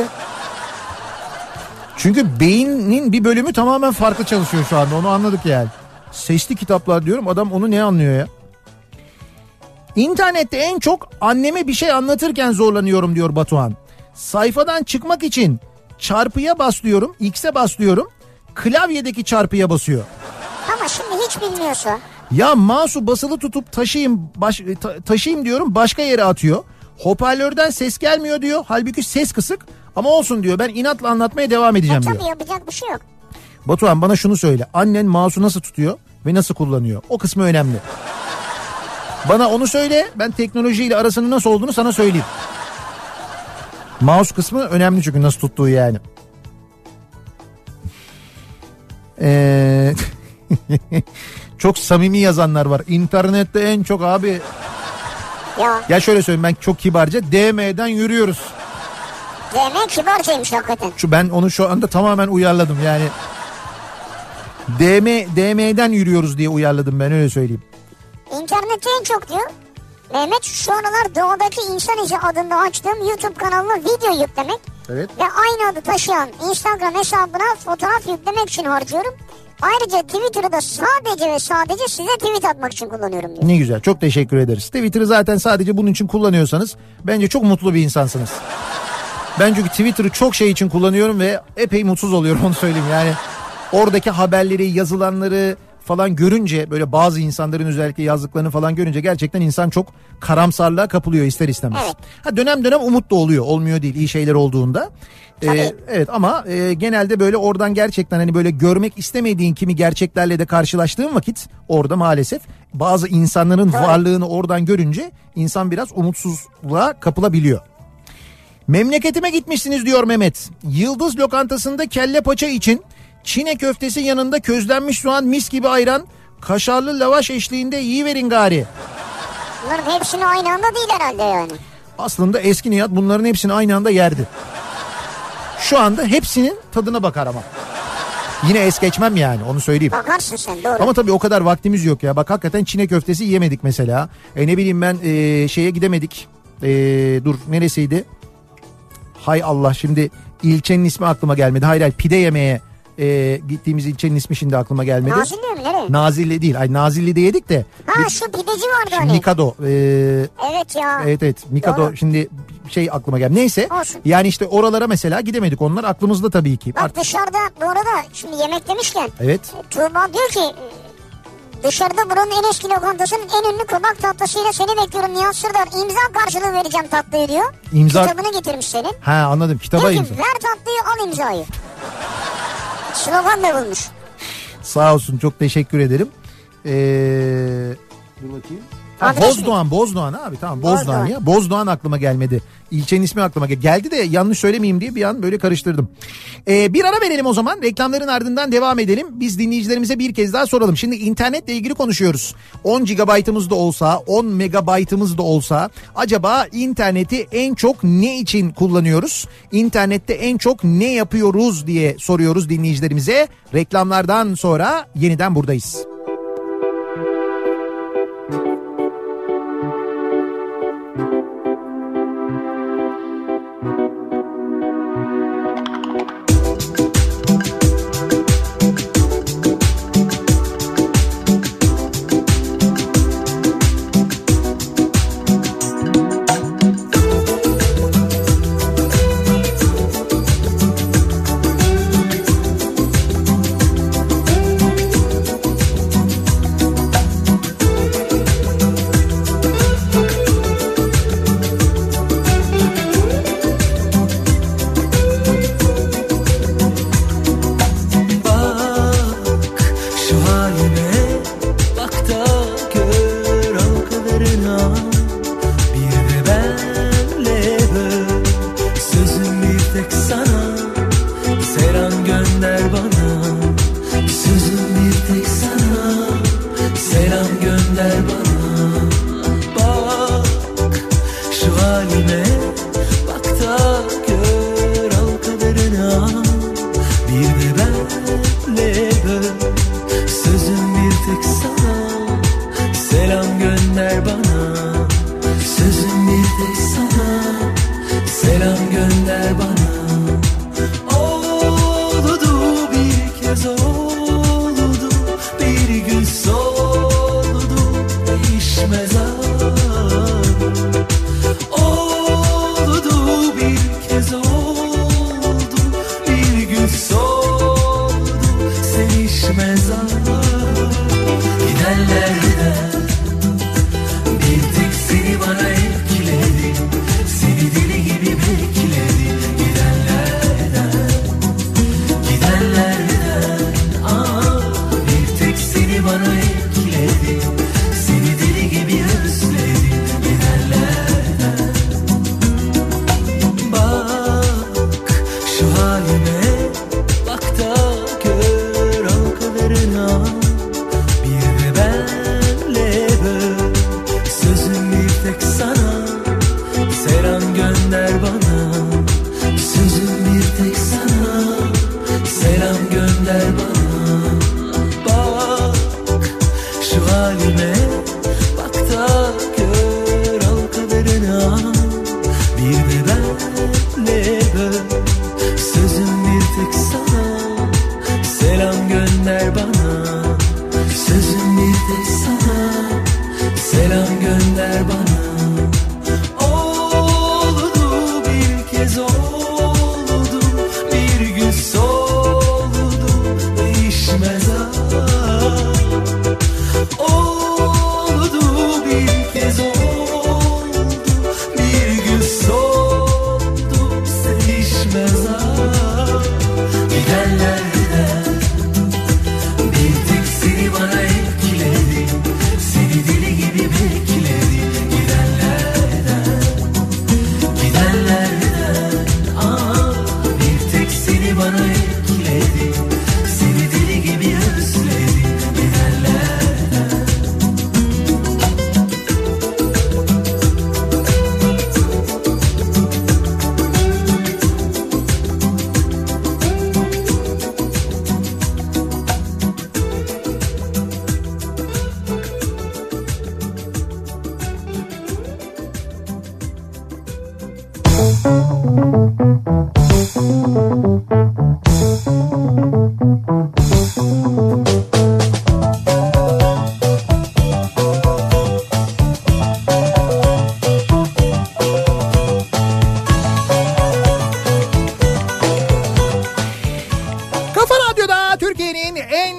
Çünkü beynin bir bölümü tamamen farklı çalışıyor şu anda, onu anladık yani. Sesli kitaplar diyorum, adam onu ne anlıyor ya? İnternette en çok anneme bir şey anlatırken zorlanıyorum diyor Batuhan. Sayfadan çıkmak için çarpıya basıyorum, X'e basıyorum. Klavyedeki çarpıya basıyor. Ama şimdi hiç bilmiyorsa. Ya mouse'u basılı tutup taşıyayım diyorum, başka yere atıyor. Hoparlörden ses gelmiyor diyor. Halbuki ses kısık ama olsun diyor. Ben inatla anlatmaya devam edeceğim diyor. Tabii yapacak bir şey yok. Batuhan bana şunu söyle. Annen mouse'u nasıl tutuyor ve nasıl kullanıyor? O kısmı önemli. Bana onu söyle. Ben teknolojiyle arasının nasıl olduğunu sana söyleyeyim. Mouse kısmı önemli çünkü nasıl tuttuğu yani. Çok samimi yazanlar var. İnternette en çok abi. Ya şöyle söyleyeyim, ben çok kibarca DM'den yürüyoruz. DM kibarcaymış hakikaten. Ben onu şu anda tamamen uyarladım yani. DM'den yürüyoruz diye uyarladım, ben öyle söyleyeyim. İnternette en çok diyor Mehmet, şu aralar Doğadaki İnsan İzi adında açtığım YouTube kanalına video yüklemek, evet, ve aynı adı taşıyan Instagram hesabına fotoğraf yüklemek için harcıyorum. Ayrıca Twitter'ı da sadece ve sadece size tweet atmak için kullanıyorum diyor. Ne güzel, çok teşekkür ederiz. Twitter'ı zaten sadece bunun için kullanıyorsanız bence çok mutlu bir insansınız. Ben çünkü Twitter'ı çok şey için kullanıyorum ve epey mutsuz oluyorum, onu söyleyeyim. Yani oradaki haberleri, yazılanları, falan görünce, böyle bazı insanların özellikle yazdıklarını falan görünce gerçekten insan çok karamsarlığa kapılıyor ister istemez. Evet. Ha, dönem dönem umut da oluyor. Olmuyor değil, iyi şeyler olduğunda. Evet ama genelde böyle oradan gerçekten hani böyle görmek istemediğin kimi gerçeklerle de karşılaştığın vakit orada maalesef bazı insanların varlığını oradan görünce insan biraz umutsuzluğa kapılabiliyor. Memleketime gitmişsiniz diyor Mehmet. Yıldız lokantasında kelle paça için Çine köftesi yanında közlenmiş soğan, mis gibi ayran, kaşarlı lavaş eşliğinde yiyiverin gari. Bunların hepsini aynı anda değil herhalde yani. Aslında eski Nihat bunların hepsini aynı anda yerdi. Şu anda hepsinin tadına bakar ama. Yine es geçmem yani, onu söyleyeyim. Bakarsın sen, doğru. Ama tabii o kadar vaktimiz yok ya. Bak hakikaten Çine köftesi yiyemedik mesela. Ne bileyim ben şeye gidemedik. Dur neresiydi? Hay Allah, şimdi ilçenin ismi aklıma gelmedi. Hayır pide yemeye gittiğimiz ilçenin ismi şimdi aklıma gelmedi. Nazilli mi, nereye? Nazilli değil. Ay Nazilli'de yedik de. Ha şu pideci vardı hani. Mikado. Evet ya. Evet Mikado, doğru. Şimdi şey aklıma geldi. Neyse. Olsun. Yani işte oralara mesela gidemedik. Onlar aklımızda tabii ki. Bak dışarıda bu arada şimdi yemek demişken. Evet. Tuğba diyor ki dışarıda buranın en eski lokantasının en ünlü kabak tatlısıyla seni bekliyorum Nihat Sırdar. İmza karşılığı vereceğim tatlıyı diyor. İmza... Kitabını getirmiş senin. Ha anladım, kitaba diyor imza. ki ver tatlıyı al imzayı. Slogan da bulmuş. Sağ olsun, çok teşekkür ederim. Dur bakayım. Bozdoğan abi, tamam Bozdoğan ya. Bozdoğan aklıma gelmedi. İlçenin ismi aklıma geldi de yanlış söylemeyeyim diye bir an böyle karıştırdım. Bir ara verelim o zaman. Reklamların ardından devam edelim. Biz dinleyicilerimize bir kez daha soralım. Şimdi internetle ilgili konuşuyoruz. 10 GB'ımız da olsa, 10 MB'ımız da olsa acaba interneti en çok ne için kullanıyoruz? İnternette en çok ne yapıyoruz diye soruyoruz dinleyicilerimize. Reklamlardan sonra yeniden buradayız.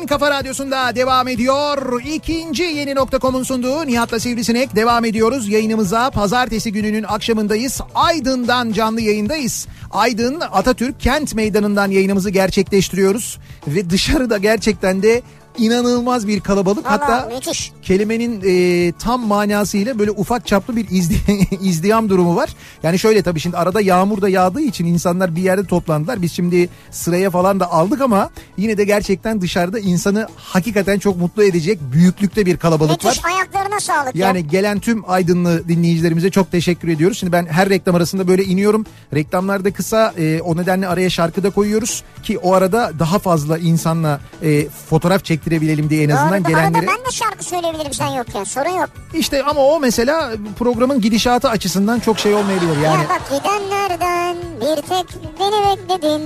Kafa Radyosu'nda devam ediyor. İkinci Yeni.com'un sunduğu Nihat'la Sivrisinek devam ediyoruz. Yayınımıza pazartesi gününün akşamındayız. Aydın'dan canlı yayındayız. Aydın Atatürk Kent Meydanı'ndan yayınımızı gerçekleştiriyoruz. Ve dışarıda gerçekten de inanılmaz bir kalabalık. Vallahi hatta müthiş. Kelimenin tam manasıyla böyle ufak çaplı bir izdiham durumu var. Yani şöyle, tabii şimdi arada yağmur da yağdığı için insanlar bir yerde toplandılar. Biz şimdi sıraya falan da aldık ama yine de gerçekten dışarıda insanı hakikaten çok mutlu edecek büyüklükte bir kalabalık Müthiş, var. ayaklarına sağlık Yani ya. gelen tüm Aydınlı dinleyicilerimize çok teşekkür ediyoruz. Şimdi ben her reklam arasında böyle iniyorum. Reklamlarda kısa, o nedenle araya şarkı da koyuyoruz ki o arada daha fazla insanla fotoğraf çektirebilelim diye en azından Doğru, gelenleri. arada ben de şarkı söyleyebilirim sen yokken, sorun yok. İşte ama o mesela programın gidişatı açısından çok şey olmayabilir yani. Ya bak, gidenlerden bir tek beni bekledin.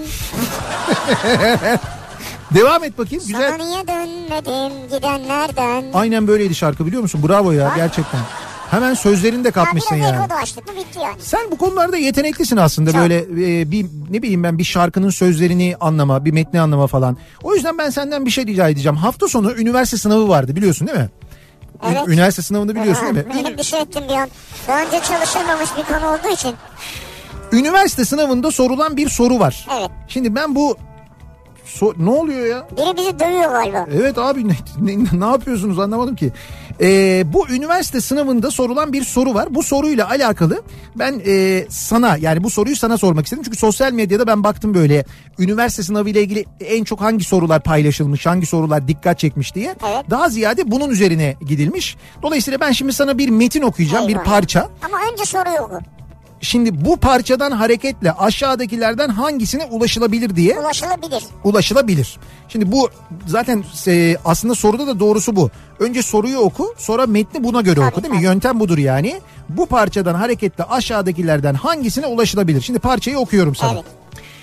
Devam et bakayım, güzel. Sana niye dönmedim gidenlerden. Aynen böyleydi şarkı, biliyor musun? Bravo ya, gerçekten. Hemen sözlerini de kapmışsın biraz yani. ego da açtık mı bitti yani. Sen bu konularda yeteneklisin aslında. Çok. Böyle bir ne bileyim ben, bir şarkının sözlerini anlama, bir metni anlama falan. O yüzden ben senden bir şey rica edeceğim. Hafta sonu üniversite sınavı vardı, biliyorsun değil mi? Evet. Üniversite sınavını biliyorsun değil mi? Benim bir şey ettim bir an. Daha önce çalışılmamış bir konu olduğu için. Üniversite sınavında sorulan bir soru var. Evet. Şimdi ben bu ne oluyor ya? Biri bizi dövüyor galiba. Evet abi, ne yapıyorsunuz anlamadım ki. Bu üniversite sınavında sorulan bir soru var. Bu soruyla alakalı ben sana, yani bu soruyu sana sormak istedim. Çünkü sosyal medyada ben baktım böyle üniversite sınavı ile ilgili en çok hangi sorular paylaşılmış, hangi sorular dikkat çekmiş diye. Evet. Daha ziyade bunun üzerine gidilmiş. Dolayısıyla ben şimdi sana bir metin okuyacağım, Eyvah. bir parça. Ama önce soruyu oku. Şimdi bu parçadan hareketle aşağıdakilerden hangisine ulaşılabilir diye. Ulaşılabilir. Şimdi bu zaten aslında soruda da doğrusu bu. Önce soruyu oku, sonra metni buna göre oku, değil mi? Yöntem budur yani. Bu parçadan hareketle aşağıdakilerden hangisine ulaşılabilir? Şimdi parçayı okuyorum sana. Evet.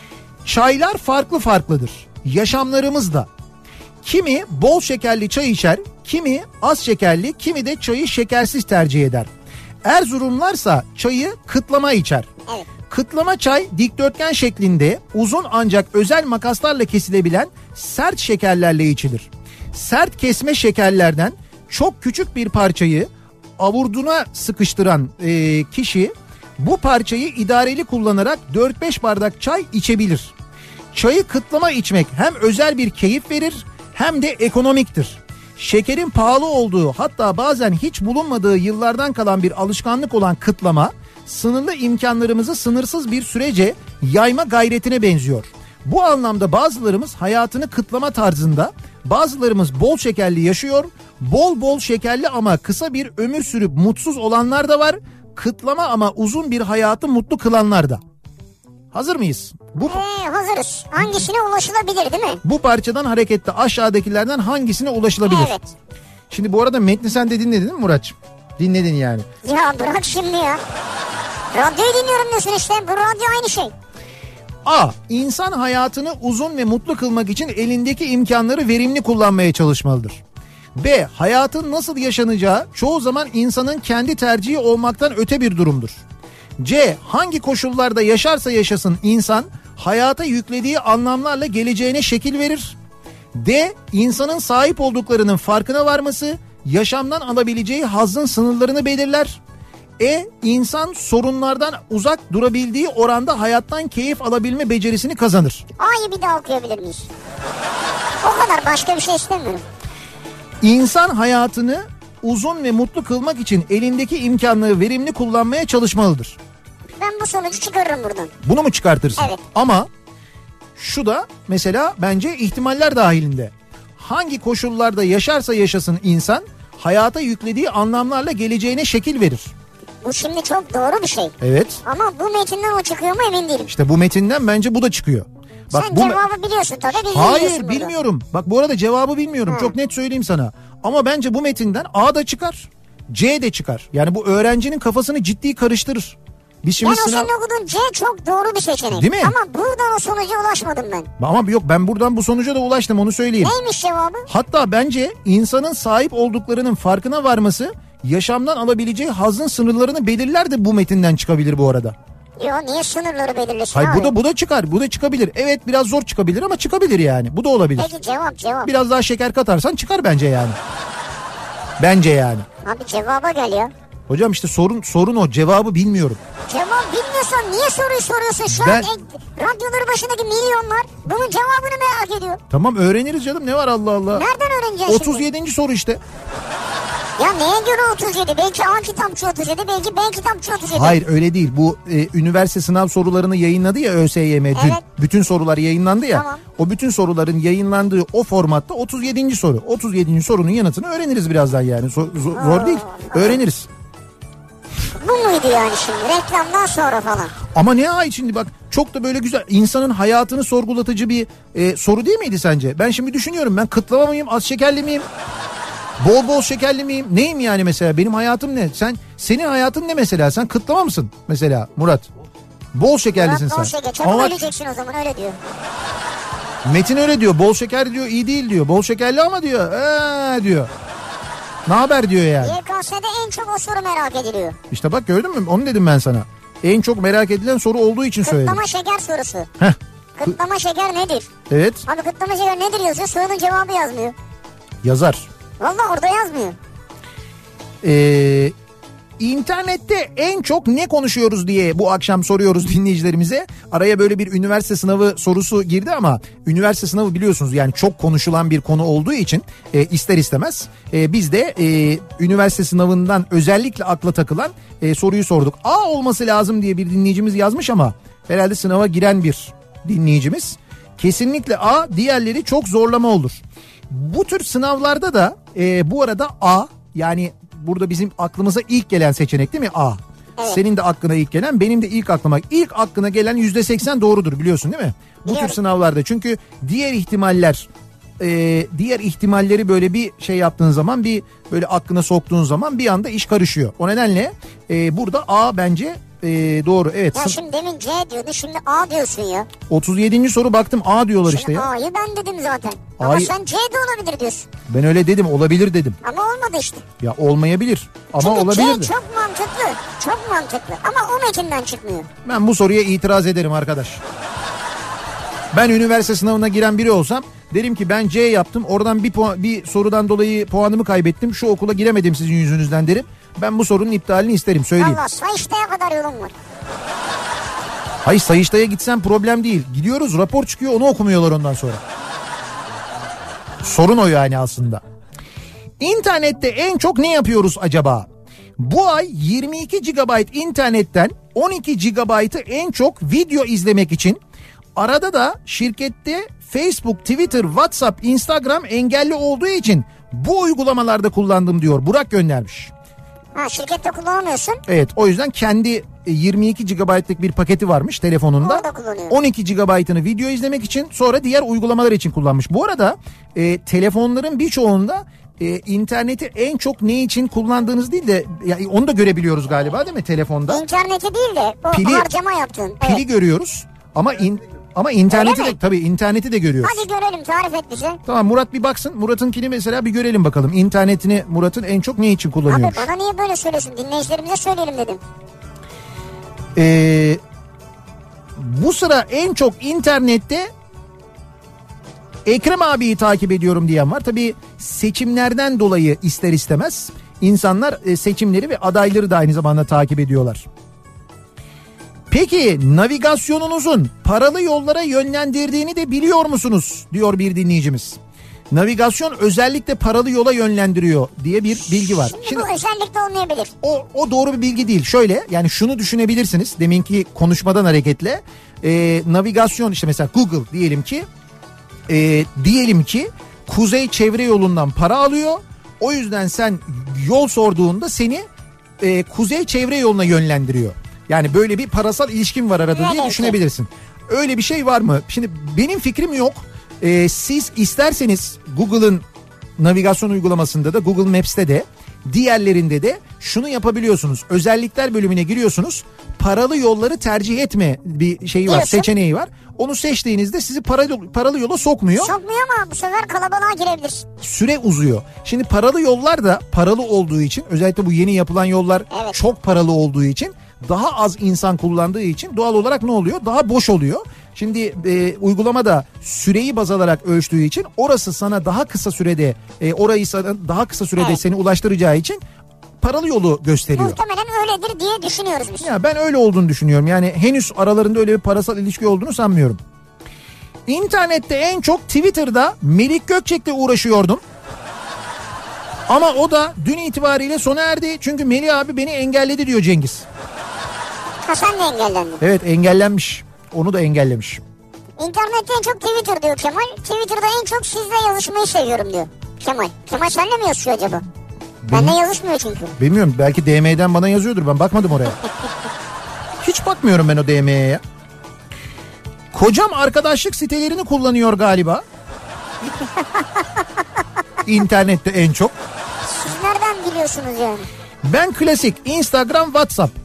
Çaylar farklı farklıdır. Yaşamlarımızda. Kimi bol şekerli çay içer, kimi az şekerli, kimi de çayı şekersiz tercih eder. Erzurumlarsa çayı kıtlama içer. Evet. Kıtlama çay dikdörtgen şeklinde uzun ancak özel makaslarla kesilebilen sert şekerlerle içilir. Sert kesme şekerlerden çok küçük bir parçayı avurduna sıkıştıran kişi bu parçayı idareli kullanarak 4-5 bardak çay içebilir. Çayı kıtlama içmek hem özel bir keyif verir hem de ekonomiktir. Şekerin pahalı olduğu, hatta bazen hiç bulunmadığı yıllardan kalan bir alışkanlık olan kıtlama, sınırlı imkanlarımızı sınırsız bir sürece yayma gayretine benziyor. Bu anlamda bazılarımız hayatını kıtlama tarzında, bazılarımız bol şekerli yaşıyor, bol şekerli ama kısa bir ömür sürüp mutsuz olanlar da var, kıtlama ama uzun bir hayatı mutlu kılanlar da. Hazır mıyız? Hazırız. Hangisine ulaşılabilir, değil mi? Bu parçadan hareketle aşağıdakilerden hangisine ulaşılabilir? Evet. Şimdi bu arada metni sen de dinledin mi Muratçığım? Dinledin yani. Ya bırak şimdi ya. Radyoyu dinliyorum diyorsun işte. Bu radyo aynı şey. A. İnsan hayatını uzun ve mutlu kılmak için elindeki imkanları verimli kullanmaya çalışmalıdır. B. Hayatın nasıl yaşanacağı çoğu zaman insanın kendi tercihi olmaktan öte bir durumdur. C. Hangi koşullarda yaşarsa yaşasın insan hayata yüklediği anlamlarla geleceğine şekil verir. D. İnsanın sahip olduklarının farkına varması yaşamdan alabileceği hazzın sınırlarını belirler. E. İnsan sorunlardan uzak durabildiği oranda hayattan keyif alabilme becerisini kazanır. A'yı bir daha okuyabilir miyiz? O kadar, başka bir şey istemiyorum. İnsan hayatını uzun ve mutlu kılmak için elindeki imkanları verimli kullanmaya çalışmalıdır. Ben bu sonucu çıkarırım buradan. Bunu mu çıkartırsın? Evet. Ama şu da mesela bence ihtimaller dahilinde. Hangi koşullarda yaşarsa yaşasın insan hayata yüklediği anlamlarla geleceğine şekil verir. Bu şimdi çok doğru bir şey. Evet. Ama bu metinden o çıkıyor mu emin değilim. İşte bu metinden bence bu da çıkıyor. Bak, sen cevabı biliyorsun tabii. Hayır, bilmiyorum. Bak bu arada cevabı bilmiyorum. Çok net söyleyeyim sana. Ama bence bu metinden A da çıkar, C de çıkar. Yani bu öğrencinin kafasını ciddi karıştırır. Biz şimdi yani o senin okuduğun C çok doğru bir seçenek. Değil mi? Ama buradan o sonuca ulaşmadım ben. Ama yok, ben buradan bu sonuca da ulaştım, onu söyleyeyim. Neymiş cevabı? Hatta bence insanın sahip olduklarının farkına varması yaşamdan alabileceği hazzın sınırlarını belirler de bu metinden çıkabilir bu arada. Yok, niye sınırları belirlesin Hayır, abi? bu da çıkar. Bu da çıkabilir. Evet, biraz zor çıkabilir ama çıkabilir yani. Bu da olabilir. Peki cevap. Biraz daha şeker katarsan çıkar bence yani. Bence yani. Abi cevaba gel ya. Hocam işte sorun o. Cevabı bilmiyorum. Cevap bilmiyorsan niye soruyu soruyorsun? Şu an radyoları başındaki milyonlar bunun cevabını merak ediyor. Tamam, öğreniriz canım, ne var Allah Allah. Nereden öğreneceğiz 37. şimdi? soru işte. Ya neye göre 37? Belki A kitapçı 37, belki B kitapçı 37. Hayır, öyle değil. Bu üniversite sınav sorularını yayınladı ya ÖSYM dün. Evet. Bütün sorular yayınlandı ya. Tamam. O bütün soruların yayınlandığı o formatta 37. soru. 37. sorunun yanıtını öğreniriz birazdan yani. Zor değil. Öğreniriz. Bu muydu yani şimdi? Reklamdan sonra falan. Ama ne ait şimdi, bak çok da böyle güzel, insanın hayatını sorgulatıcı bir soru değil miydi sence? Ben şimdi düşünüyorum, ben kıtlama mıyım, az şekerli miyim? Bol şekerli miyim? Neyim yani mesela? Benim hayatım ne? Senin hayatın ne mesela? Sen kıtlama mısın mesela Murat? Bol şekerlisin Murat bol sen. şeker. Çabuk öleceksin o zaman, öyle diyor. Metin öyle diyor. Bol şeker diyor, iyi değil diyor. Bol şekerli ama diyor. Diyor. Ne haber diyor yani. YKS'de en çok o soru merak ediliyor. İşte bak, gördün mü? Onu dedim ben sana. En çok merak edilen soru olduğu için söyledim. Kıtlama şeker sorusu. Heh. Kıtlama şeker nedir? Evet. Abi kıtlama şeker nedir yazıyor, sorunun cevabı yazmıyor. Yazar. Vallahi orada yazmıyor. İnternette en çok ne konuşuyoruz diye bu akşam soruyoruz dinleyicilerimize. Araya böyle bir üniversite sınavı sorusu girdi ama üniversite sınavı biliyorsunuz yani çok konuşulan bir konu olduğu için ister istemez biz de üniversite sınavından özellikle akla takılan soruyu sorduk. A olması lazım diye bir dinleyicimiz yazmış ama herhalde sınava giren bir dinleyicimiz. Kesinlikle A, diğerleri çok zorlama olur. Bu tür sınavlarda da bu arada A, yani burada bizim aklımıza ilk gelen seçenek değil mi A? Evet. Senin de aklına ilk gelen, benim de ilk aklına gelen %80 doğrudur, biliyorsun değil mi? Bu tür sınavlarda, çünkü diğer ihtimalleri böyle bir şey yaptığın zaman, bir böyle aklına soktuğun zaman bir anda iş karışıyor. O nedenle burada A bence doğru. Evet. Ya şimdi demin C diyordu, şimdi A diyorsun ya. 37. soru baktım A diyorlar şimdi işte ya. A'yı ben dedim zaten. Ama sen C de olabilir diyorsun. Ben öyle dedim, olabilir dedim. Ama olmadı işte. Ya olmayabilir ama çünkü olabilir. C çok mantıklı ama o metinden çıkmıyor. Ben bu soruya itiraz ederim arkadaş. Ben üniversite sınavına giren biri olsam derim ki ben C yaptım, oradan bir sorudan dolayı puanımı kaybettim, şu okula giremedim sizin yüzünüzden derim. Ben bu sorunun iptalini isterim, söyleyeyim. Valla Sayıştay'a kadar yolum var. Hayır, Sayıştay'a gitsen problem değil. Gidiyoruz, rapor çıkıyor, onu okumuyorlar ondan sonra. Sorun o yani aslında. İnternette en çok ne yapıyoruz acaba? Bu ay 22 GB internetten 12 GB'ı en çok video izlemek için, arada da şirkette Facebook, Twitter, WhatsApp, Instagram engelli olduğu için bu uygulamalarda kullandım diyor. Burak göndermiş. Ha, şirkette kullanamıyorsun. Evet, o yüzden kendi 22 GB'lık bir paketi varmış telefonunda. Orada kullanıyor. 12 GB'ını video izlemek için, sonra diğer uygulamalar için kullanmış. Bu arada telefonların birçoğunda interneti en çok ne için kullandığınız değil de yani onu da görebiliyoruz galiba değil mi telefonda? İnterneti değil de o harcama yaptığın. Pili görüyoruz ama interneti de, tabii interneti de görüyoruz. Hadi görelim, tarif et bize. Tamam, Murat bir baksın. Murat'ınkini mesela bir görelim bakalım. İnternetini Murat'ın en çok ne için kullanıyormuş? Abi bana niye böyle söylüyorsun? Dinleyicilerimize söyleyelim dedim. Bu sıra en çok internette Ekrem abiyi takip ediyorum diyen var. Tabii seçimlerden dolayı ister istemez insanlar seçimleri ve adayları da aynı zamanda takip ediyorlar. Peki navigasyonunuzun paralı yollara yönlendirdiğini de biliyor musunuz diyor bir dinleyicimiz. Navigasyon özellikle paralı yola yönlendiriyor diye bir bilgi var. Şimdi bu özellikle olmayabilir. O doğru bir bilgi değil. Şöyle, yani şunu düşünebilirsiniz deminki konuşmadan hareketle. Navigasyon işte mesela Google diyelim ki kuzey çevre yolundan para alıyor. O yüzden sen yol sorduğunda seni kuzey çevre yoluna yönlendiriyor. Yani böyle bir parasal ilişkin var arada diye düşünebilirsin. Öyle bir şey var mı? Şimdi benim fikrim yok. Siz isterseniz Google'ın navigasyon uygulamasında da, Google Maps'te de, diğerlerinde de şunu yapabiliyorsunuz. Özellikler bölümüne giriyorsunuz. Paralı yolları tercih etme bir şeyi var, seçeneği var. Onu seçtiğinizde sizi paralı yola sokmuyor. Sokmuyor ama bu sefer kalabalığa girebilirsin. Süre uzuyor. Şimdi paralı yollar da paralı olduğu için, özellikle bu yeni yapılan yollar çok paralı olduğu için daha az insan kullandığı için doğal olarak ne oluyor? Daha boş oluyor. Şimdi uygulamada süreyi baz alarak ölçtüğü için orası sana daha kısa sürede orayı sana daha kısa sürede seni ulaştıracağı için paralı yolu gösteriyor. Muhtemelen öyledir diye düşünüyoruz biz. Ya ben öyle olduğunu düşünüyorum. Yani henüz aralarında öyle bir parasal ilişki olduğunu sanmıyorum. İnternette en çok Twitter'da Melik Gökçek'le uğraşıyordum. Ama o da dün itibariyle sona erdi. Çünkü Melih abi beni engelledi diyor Cengiz. Ha sen de engellendin. Evet engellenmiş. Onu da engellemiş. İnternette en çok Twitter diyor Kemal. Twitter'da en çok sizle yazışmayı seviyorum diyor Kemal. Kemal seninle mi yazışıyor acaba? Benle yazışmıyor çünkü. Bilmiyorum, belki DM'den bana yazıyordur, ben bakmadım oraya. Hiç bakmıyorum ben o DM'ye ya. Kocam arkadaşlık sitelerini kullanıyor galiba. İnternette en çok. Siz nereden biliyorsunuz yani? Ben klasik Instagram, WhatsApp.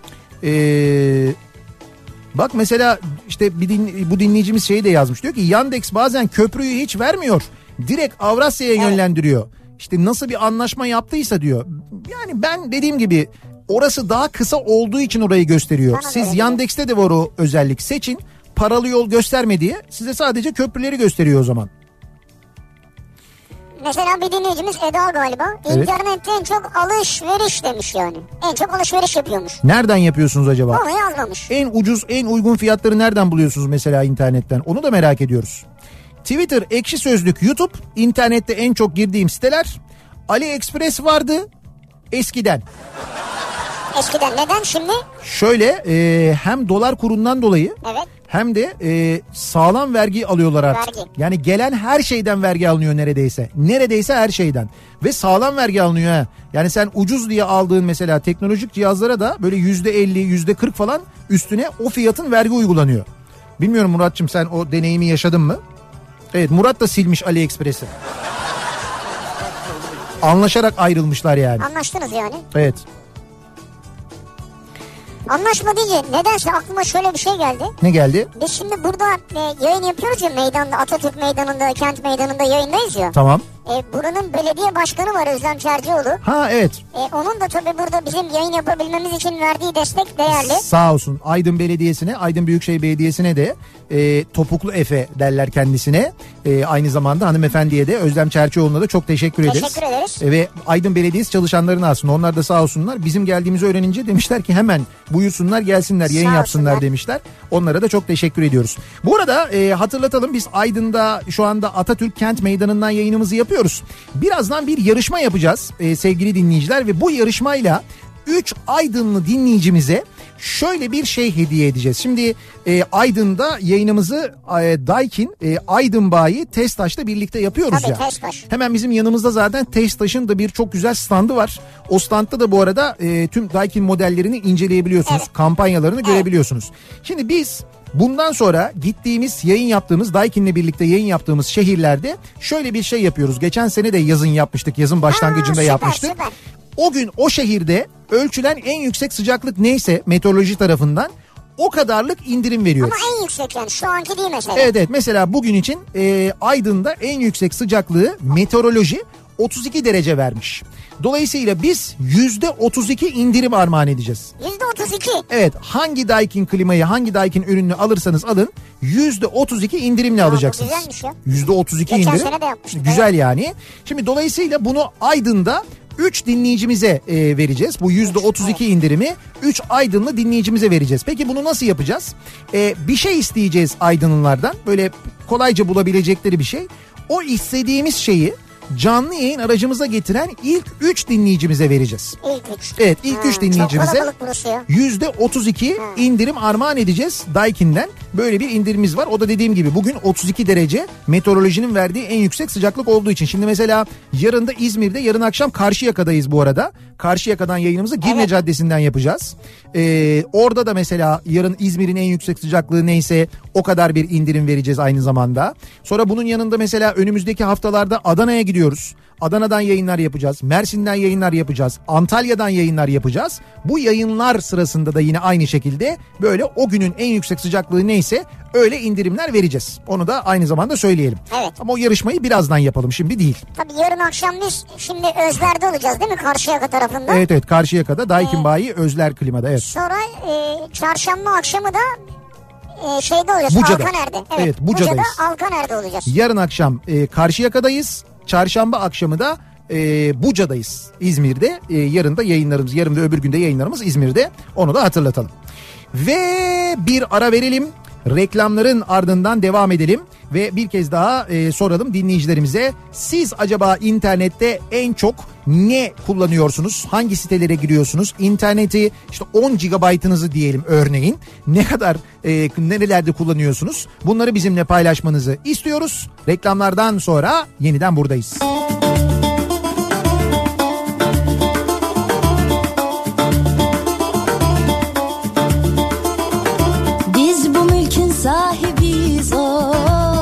Bak mesela işte bu dinleyicimiz şeyi de yazmış. Diyor ki Yandex bazen köprüyü hiç vermiyor. Direkt Avrasya'ya yönlendiriyor. İşte nasıl bir anlaşma yaptıysa diyor. Yani ben dediğim gibi orası daha kısa olduğu için orayı gösteriyor. Bana Siz Yandex'te de var o özellik, seçin. Paralı yol gösterme diye size sadece köprüleri gösteriyor o zaman. Mesela bir dinleyicimiz Eda galiba. Evet. İnternette en çok alışveriş demiş yani. En çok alışveriş yapıyormuş. Nereden yapıyorsunuz acaba? Onu yazmamış. En ucuz, en uygun fiyatları nereden buluyorsunuz mesela internetten? Onu da merak ediyoruz. Twitter, Ekşi Sözlük, YouTube, internette en çok girdiğim siteler. AliExpress vardı eskiden. Eskiden, neden şimdi? Şöyle hem dolar kurundan dolayı Evet. hem de sağlam vergi alıyorlar artık. Vergi. Yani gelen her şeyden vergi alınıyor neredeyse. Neredeyse her şeyden. Ve sağlam vergi alınıyor ha. Yani sen ucuz diye aldığın mesela teknolojik cihazlara da böyle %50, %40 falan üstüne o fiyatın vergi uygulanıyor. Bilmiyorum Muratçım, sen o deneyimi yaşadın mı? Evet, Murat da silmiş AliExpress'i. Anlaşarak ayrılmışlar yani. Anlaştınız yani. Evet. Anlaşma deyince nedense aklıma şöyle bir şey geldi. Ne geldi? Biz şimdi burada yayın yapıyoruz ya, meydanda, Atatürk Meydanı'nda, Kent Meydanı'nda yayındayız ya. Tamam. Buranın belediye başkanı var, Özlem Çercioğlu. Ha evet. Onun da tabii burada bizim yayın yapabilmemiz için verdiği destek değerli. Sağ olsun. Aydın Belediyesi'ne, Aydın Büyükşehir Belediyesi'ne de Topuklu Efe derler kendisine. Aynı zamanda hanımefendiye de, Özlem Çerçioğlu'na da çok teşekkür ederiz. Teşekkür ederiz. Ve Aydın Belediyesi çalışanlarına aslında, onlar da sağ olsunlar. Bizim geldiğimizi öğrenince demişler ki hemen buyursunlar gelsinler, yayın yapsınlar demişler. Onlara da çok teşekkür ediyoruz. Bu arada hatırlatalım, biz Aydın'da şu anda Atatürk Kent Meydanı'ndan yayınımızı yapıyoruz. Birazdan bir yarışma yapacağız sevgili dinleyiciler ve bu yarışmayla 3 Aydınlı dinleyicimize şöyle bir şey hediye edeceğiz. Şimdi Aydın'da yayınımızı Daikin Aydın Bayi Testaş'la birlikte yapıyoruz. Tabii, ya. Testaş. Hemen bizim yanımızda zaten Testaş'ın da bir çok güzel standı var. O standta da bu arada tüm Daikin modellerini inceleyebiliyorsunuz. Evet. Kampanyalarını görebiliyorsunuz. Şimdi biz bundan sonra gittiğimiz, yayın yaptığımız, Daikin'le birlikte yayın yaptığımız şehirlerde şöyle bir şey yapıyoruz. Geçen sene de yazın yapmıştık. Yazın başlangıcında süper, yapmıştık. süper. O gün o şehirde ölçülen en yüksek sıcaklık neyse meteoroloji tarafından o kadarlık indirim veriyoruz. Ama en yüksek yani, şu anki değil mesela. Evet mesela bugün için Aydın'da en yüksek sıcaklığı meteoroloji 32 derece vermiş. Dolayısıyla biz %32 indirim armağan edeceğiz. %32. Evet, hangi Daikin klimayı, hangi Daikin ürününü alırsanız alın %32 indirimle alacaksınız. Güzelmiş ya. %32 Geçen indirim. sene de yapmıştık. Güzel yani. Şimdi dolayısıyla bunu Aydın'da 3 dinleyicimize vereceğiz. Bu %32 indirimi 3 Aydınlı dinleyicimize vereceğiz. Peki bunu nasıl yapacağız? Bir şey isteyeceğiz Aydınlılardan. Böyle kolayca bulabilecekleri bir şey. O istediğimiz şeyi canlı yayın aracımıza getiren ilk 3 dinleyicimize vereceğiz. İlk 3. Evet, ilk 3 dinleyicimize Çok kalabalık burası ya. %32 indirim armağan edeceğiz Daikin'den. Böyle bir indirimimiz var. O da dediğim gibi bugün 32 derece meteorolojinin verdiği en yüksek sıcaklık olduğu için. Şimdi mesela yarın da İzmir'de, yarın akşam Karşıyaka'dayız bu arada. Karşıyaka'dan yayınımızı Girne Caddesi'nden yapacağız. Orada da mesela yarın İzmir'in en yüksek sıcaklığı neyse O kadar bir indirim vereceğiz aynı zamanda. Sonra bunun yanında mesela önümüzdeki haftalarda Adana'ya gidiyoruz. Adana'dan yayınlar yapacağız. Mersin'den yayınlar yapacağız. Antalya'dan yayınlar yapacağız. Bu yayınlar sırasında da yine aynı şekilde böyle o günün en yüksek sıcaklığı neyse öyle indirimler vereceğiz. Onu da aynı zamanda söyleyelim. Evet. Ama o yarışmayı birazdan yapalım, şimdi değil. Tabii yarın akşam biz şimdi Özler'de olacağız değil mi? Karşıyaka tarafında. Evet Karşıyaka'da Daikin Bayi Özler Klima'da, evet. Sonra çarşamba akşamı da şeyde olacağız. Buca'da. Alkaner'de. Evet, Buca'dayız. Buca'da Alkaner'de olacağız. Yarın akşam Karşıyaka'dayız. Çarşamba akşamı da Buca'dayız İzmir'de. Yarın da yayınlarımız, yarın da öbür günde yayınlarımız İzmir'de. Onu da hatırlatalım. Ve bir ara verelim. Reklamların ardından devam edelim ve bir kez daha soralım dinleyicilerimize. Siz acaba internette en çok ne kullanıyorsunuz? Hangi sitelere giriyorsunuz? İnterneti işte 10 GB'ınızı diyelim örneğin. Ne kadar nerelerde kullanıyorsunuz? Bunları bizimle paylaşmanızı istiyoruz. Reklamlardan sonra yeniden buradayız. Sahibiz o.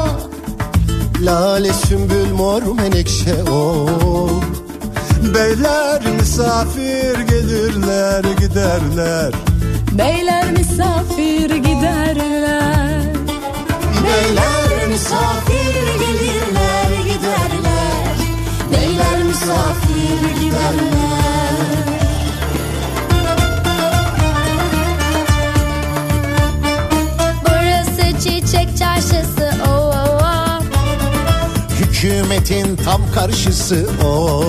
Lale, sümbül, mor, menekşe o. Beyler misafir gelirler giderler. Beyler misafir giderler. Beyler misafir gelirler giderler. Beyler misafir giderler. Çiçek çarşısı o, o, o. Hükümetin tam karşısı o.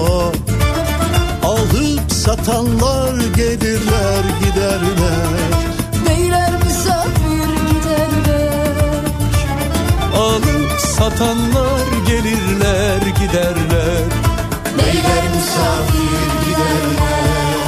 Alıp satanlar gelirler giderler. Beyler misafir giderler. Alıp satanlar gelirler giderler. Beyler misafir giderler.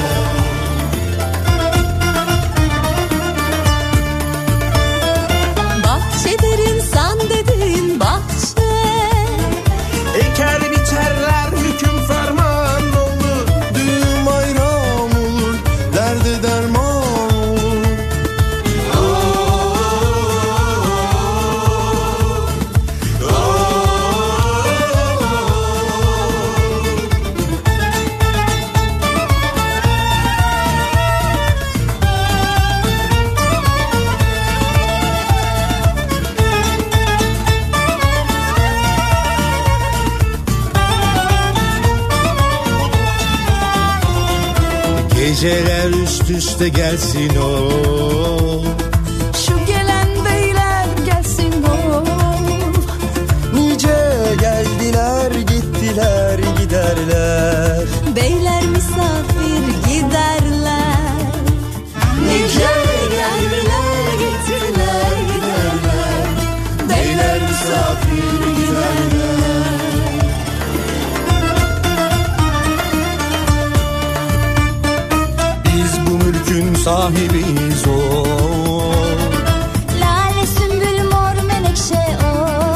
Bahçedir insan dediğin bahçe. Eker biçerler hüküm ferman olur. Düğün bayram olur, derde derman olur. Geceler üst üste gelsin o. Şu gelen beyler gelsin o. Nice geldiler gittiler giderler. Beyler misafir giderler. Nice geldiler gittiler giderler. Beyler misafir giderler. Sahibiyiz o. Lale, sümbül, mor, menekşe o.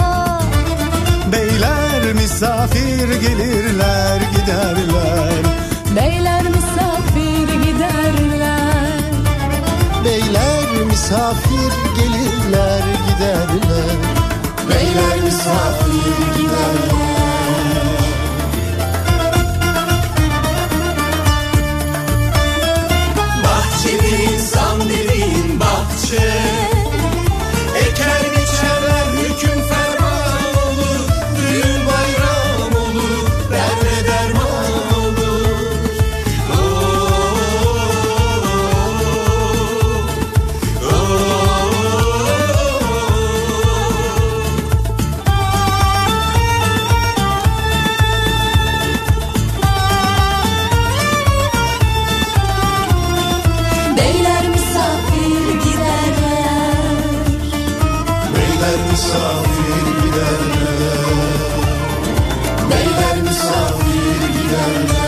Beyler misafir gelirler giderler. Beyler misafir giderler. Beyler misafir gelirler giderler. Beyler misafir giderler. Bahçedir insan dediğin bahçe. Eker biçerler hüküm ferman olur. Düğün bayram olur, derde derman olur. Beyler misafir giderler. Beyler misafir giderler. Beyler misafir giderler.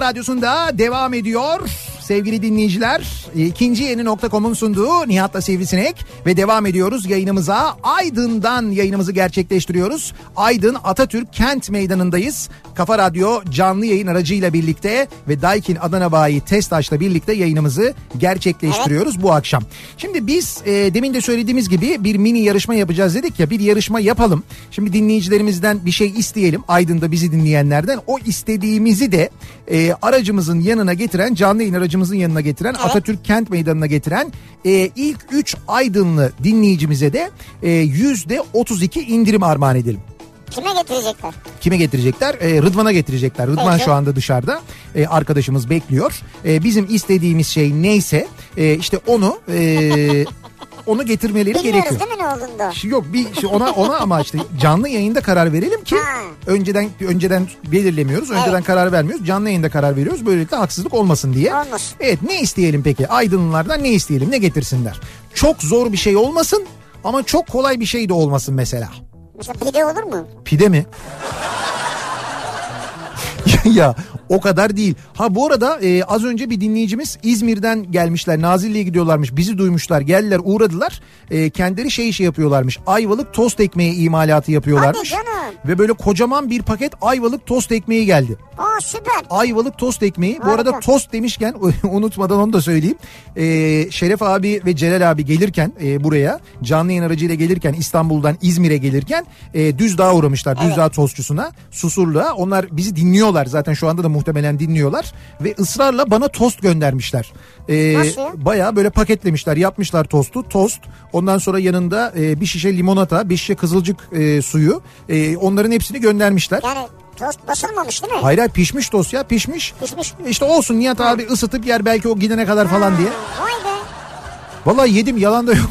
Radyosu'nda devam ediyor. Sevgili dinleyiciler, ikinci yeni.com'un sunduğu Nihat'la Sivrisinek ve devam ediyoruz yayınımıza. Aydın'dan yayınımızı gerçekleştiriyoruz. Aydın Atatürk Kent Meydanı'ndayız. Kafa Radyo canlı yayın aracıyla birlikte ve Daikin Adana Bayi Testaş'la birlikte yayınımızı gerçekleştiriyoruz bu akşam. Şimdi biz demin de söylediğimiz gibi bir mini yarışma yapacağız dedik ya, bir yarışma yapalım. Şimdi dinleyicilerimizden bir şey isteyelim, Aydın'da bizi dinleyenlerden. O istediğimizi de aracımızın yanına getiren, canlı yayın aracımızın yanına getiren, Atatürk Kent Meydanı'na getiren ilk 3 Aydınlı dinleyicimize de %32 indirim armağan edelim. Kime getirecekler? Kime getirecekler? Rıdvan'a getirecekler. Rıdvan Peki. şu anda dışarıda. Arkadaşımız bekliyor. Bizim istediğimiz şey neyse işte onu getirmeleri Bilmiyoruz gerekiyor. değil mi ne olduğunu? Yok ona ama işte canlı yayında karar verelim ki önceden belirlemiyoruz. Önceden karar vermiyoruz. Canlı yayında karar veriyoruz. Böylelikle haksızlık olmasın diye. Olmaz. Evet, ne isteyelim peki? Aydınlılardan ne isteyelim? Ne getirsinler? Çok zor bir şey olmasın ama çok kolay bir şey de olmasın mesela. Mesela pide olur mu? Pide mi? Ya o kadar değil. Ha bu arada az önce bir dinleyicimiz İzmir'den gelmişler. Nazilli'ye gidiyorlarmış. Bizi duymuşlar. Geldiler, uğradılar. Kendileri şey yapıyorlarmış. Ayvalık tost ekmeği imalatı yapıyorlarmış. Hadi canım. Ve böyle kocaman bir paket Ayvalık tost ekmeği geldi. Aa süper. Ayvalık tost ekmeği. Bu Harika. arada tost demişken unutmadan onu da söyleyeyim. Şeref abi ve Celal abi gelirken buraya canlı yayın aracıyla gelirken İstanbul'dan İzmir'e gelirken Düzdağ'a uğramışlar. Evet. Düzdağ tostçusuna, Susurluğa. Onlar bizi dinliyorlar zaten, şu anda da muhtemelen dinliyorlar. Ve ısrarla bana tost göndermişler. Bayağı böyle paketlemişler, yapmışlar tostu. Tost. Ondan sonra yanında bir şişe limonata, bir şişe kızılcık suyu. Onların hepsini göndermişler. Yani tost basılmamış değil mi? Hayır pişmiş tost ya, pişmiş. Pişmiş. İşte olsun, Nihat abi ısıtıp yer belki o gidene kadar falan diye. Vay be. Vallahi yedim, yalan da yok.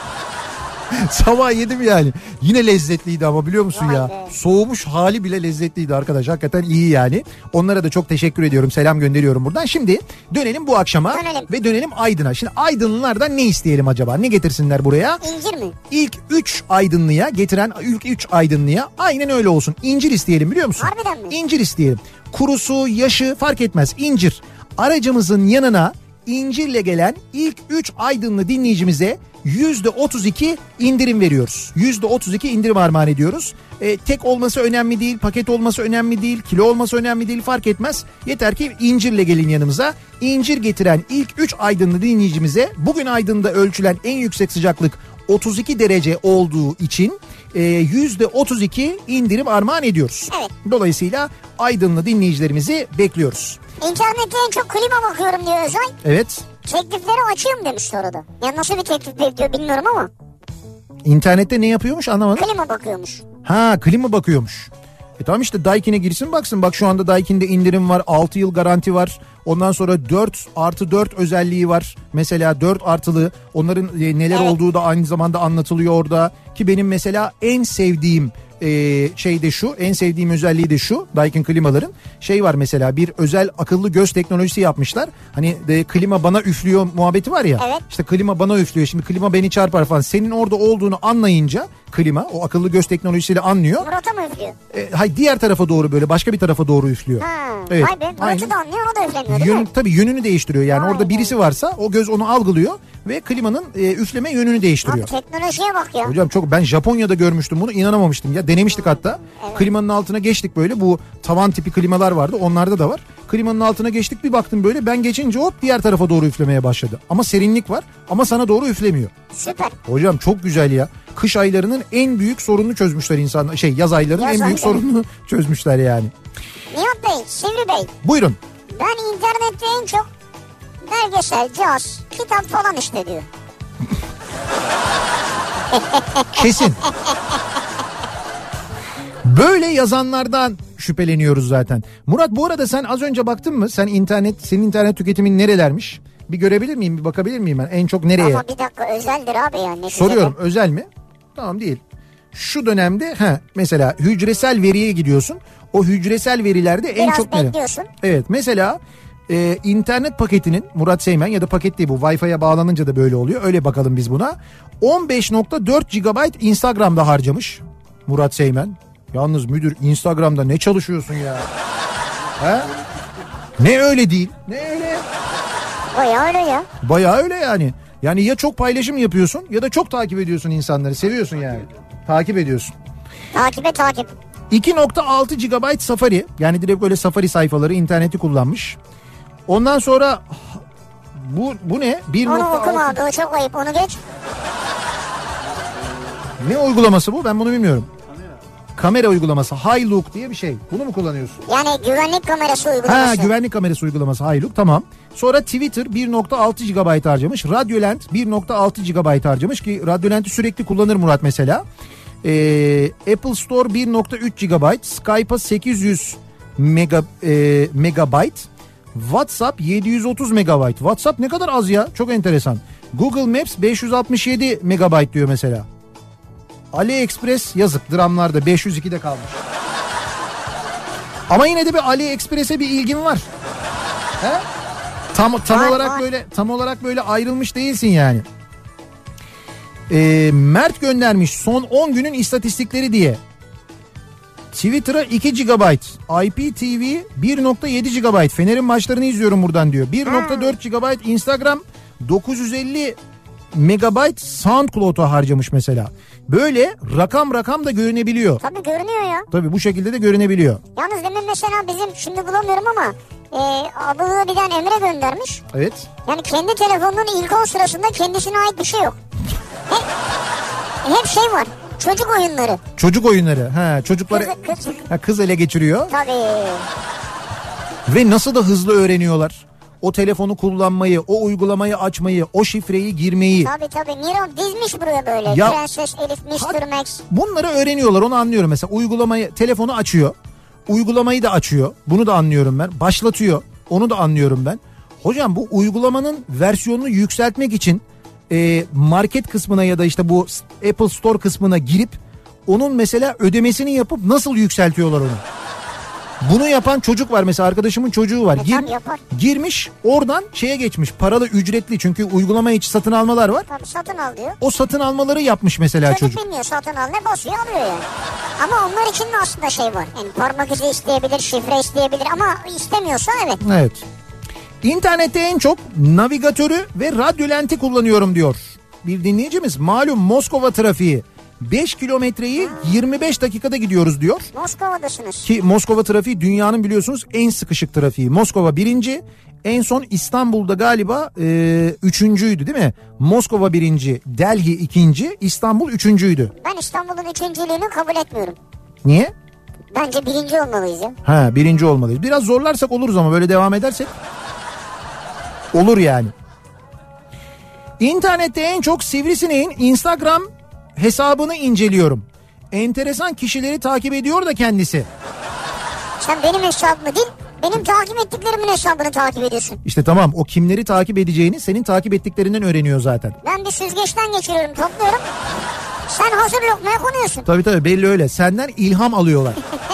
Sabah yedim yani. Yine lezzetliydi ama biliyor musun Vay ya? be. Soğumuş hali bile lezzetliydi arkadaş. Hakikaten iyi yani. Onlara da çok teşekkür ediyorum. Selam gönderiyorum buradan. Şimdi dönelim bu akşama. Ve dönelim Aydın'a. Şimdi Aydınlılardan ne isteyelim acaba? Ne getirsinler buraya? İncir mi? İlk 3 Aydınlıya getiren ilk 3 Aydınlıya aynen öyle olsun. İncir isteyelim, biliyor musun? Harbiden mi? İncir isteyelim. Kurusu, yaşı fark etmez. İncir. Aracımızın yanına incirle gelen ilk 3 Aydınlı dinleyicimize %32 indirim veriyoruz. %32 indirim armağan ediyoruz. Tek olması önemli değil, paket olması önemli değil, kilo olması önemli değil, fark etmez. Yeter ki incirle gelin yanımıza. İncir getiren ilk 3 Aydınlı dinleyicimize bugün Aydın'da ölçülen en yüksek sıcaklık 32 derece olduğu için %32 indirim armağan ediyoruz. Evet. Dolayısıyla Aydınlı dinleyicilerimizi bekliyoruz. İnternette en çok klima bakıyorum diyor Özay. Evet. Teklifleri açıyorum demiş orada. Ya nasıl bir teklif bekliyor bilmiyorum ama. İnternette ne yapıyormuş anlamadım. Klima bakıyormuş. Ha, klima bakıyormuş. Tamam işte Daikin'e girsin baksın. Bak şu anda Daikin'de indirim var. 6 yıl garanti var. Ondan sonra 4+4 özelliği var. Mesela 4 artılı. Onların neler olduğu da aynı zamanda anlatılıyor orada. Ki benim mesela en sevdiğim şey de şu, en sevdiğim özelliği de şu, Daikin klimaların şey var mesela, bir özel akıllı göz teknolojisi yapmışlar. Hani klima bana üflüyor muhabbeti var ya. Evet. İşte klima bana üflüyor, şimdi klima beni çarpar falan. Senin orada olduğunu anlayınca klima o akıllı göz teknolojisiyle anlıyor. Murat'a mı üflüyor? Hayır, diğer tarafa doğru, böyle başka bir tarafa doğru üflüyor. Evet, vay be, Murat'ı da anlıyor, o da üflemiyor değil mi? Tabii yönünü değiştiriyor yani. Vay orada birisi varsa o göz onu algılıyor ve klimanın üfleme yönünü değiştiriyor. Abi teknolojiye bak ya. Hocam ben Japonya'da görmüştüm bunu, inanamamıştım ya, denemiştik hatta. Evet. Klimanın altına geçtik, böyle bu tavan tipi klimalar vardı, onlarda da var. Klimanın altına geçtik, bir baktım böyle, ben geçince hop diğer tarafa doğru üflemeye başladı. Ama serinlik var ama sana doğru üflemiyor. Süper. Hocam çok güzel ya. Kış aylarının en büyük sorununu çözmüşler yaz aylarının en büyük sorununu çözmüşler yani. Nihat Bey, Sivri Bey. Buyurun. Ben internette en çok belgesel, caz, kitap falan işte diyor. Kesin. Böyle yazanlardan şüpheleniyoruz zaten. Murat, bu arada sen az önce baktın mı? Senin internet tüketimin nerelermiş? Bir görebilir miyim? Bir bakabilir miyim ben? En çok nereye? Ama bir dakika, özeldir abi yani. Soruyorum, özel mi? Tamam, değil. Şu dönemde mesela hücresel veriye gidiyorsun. O hücresel verilerde en çok biraz bekliyorsun. Evet, mesela internet paketinin, Murat Seymen, ya da paket değil bu, Wi-Fi'ye bağlanınca da böyle oluyor. Öyle bakalım biz buna. 15.4 GB Instagram'da harcamış Murat Seymen. Yalnız müdür, Instagram'da ne çalışıyorsun ya? He? Ne öyle değil? Ne öyle? Bayağı öyle ya. Bayağı öyle yani. Yani ya çok paylaşım yapıyorsun ya da çok takip ediyorsun insanları. Seviyorsun yani. Takip ediyorsun. Takip. 2.6 GB Safari, yani direkt böyle Safari sayfaları, interneti kullanmış. Ondan sonra bu ne? 1.6. Onu okuma abi, o çok ayıp, onu geç. Ne uygulaması bu? Ben bunu bilmiyorum. Kamera uygulaması. Hilux diye bir şey. Bunu mu kullanıyorsun? Yani güvenlik kamerası uygulaması. Ha, güvenlik kamerası uygulaması Hilux, tamam. Sonra Twitter 1.6 GB harcamış. Radyolent 1.6 GB harcamış ki Radyolent'i sürekli kullanır Murat mesela. Apple Store 1.3 GB, Skype'a 800 megabyte, WhatsApp 730 megabyte. WhatsApp ne kadar az ya, çok enteresan. Google Maps 567 megabyte diyor mesela. AliExpress yazık, dramlarda 502'de kalmış. Ama yine de bir AliExpress'e bir ilgin var. He? Tam olarak böyle ayrılmış değilsin yani. Mert göndermiş son 10 günün istatistikleri diye. Twitter'a 2 GB, IPTV 1.7 GB, Fener'in maçlarını izliyorum buradan diyor. 1.4 GB Instagram, 950 megabayt SoundCloud'a harcamış mesela. Böyle rakam da görünebiliyor. Tabii görünüyor ya. Tabii bu şekilde de görünebiliyor. Yalnız demin mesela bizim, şimdi bulamıyorum ama Abdullah Bilen Emre göndermiş. Evet. Yani kendi telefonunun ilk 10 sırasında kendisine ait bir şey yok. Hep şey var. Çocuk oyunları. Çocuk oyunları. Ha, çocukları kız ele geçiriyor. Tabii. Ve nasıl da hızlı öğreniyorlar. O telefonu kullanmayı, o uygulamayı açmayı, o şifreyi girmeyi. Tabii. Miro dizmiş buraya böyle. Ya, Prenses Elif, Mr. Max. Bunları öğreniyorlar, onu anlıyorum. Mesela uygulamayı, telefonu açıyor. Uygulamayı da açıyor. Bunu da anlıyorum ben. Başlatıyor. Onu da anlıyorum ben. Hocam bu uygulamanın versiyonunu yükseltmek için market kısmına ya da işte bu Apple Store kısmına girip onun mesela ödemesini yapıp nasıl yükseltiyorlar onu? Bunu yapan çocuk var mesela, arkadaşımın çocuğu var. Girmiş oradan şeye geçmiş, paralı ücretli, çünkü uygulama içi satın almalar var. Tabii satın al diyor. O satın almaları yapmış mesela çocuk. Bilmiyor satın al, ne basıyor alıyor yani. Ama onlar için de aslında şey var. Yani parmak izi isteyebilir, şifre isteyebilir ama istemiyorsa evet. Evet. İnternette en çok navigatörü ve radyolenti kullanıyorum diyor bir dinleyicimiz. Malum Moskova trafiği. 5 kilometreyi 25 dakikada gidiyoruz diyor. Moskova'dasınız. Ki Moskova trafiği dünyanın biliyorsunuz en sıkışık trafiği. Moskova birinci, en son İstanbul'da galiba üçüncüydü değil mi? Moskova birinci, Delhi ikinci, İstanbul üçüncüydü. Ben İstanbul'un üçüncülüğünü kabul etmiyorum. Niye? Bence birinci olmalıyız ya. Ha, birinci olmalıyız. Biraz zorlarsak oluruz ama böyle devam edersek olur yani. İnternette en çok Sivrisineğin Instagram hesabını inceliyorum. Enteresan kişileri takip ediyor da kendisi. Sen benim hesabımı değil, benim takip ettiklerimin hesabını takip ediyorsun. İşte tamam, o kimleri takip edeceğini senin takip ettiklerinden öğreniyor zaten. Ben bir süzgeçten geçiriyorum, topluyorum. Sen hazır lokmaya konuyorsun. Tabii belli öyle. Senden ilham alıyorlar.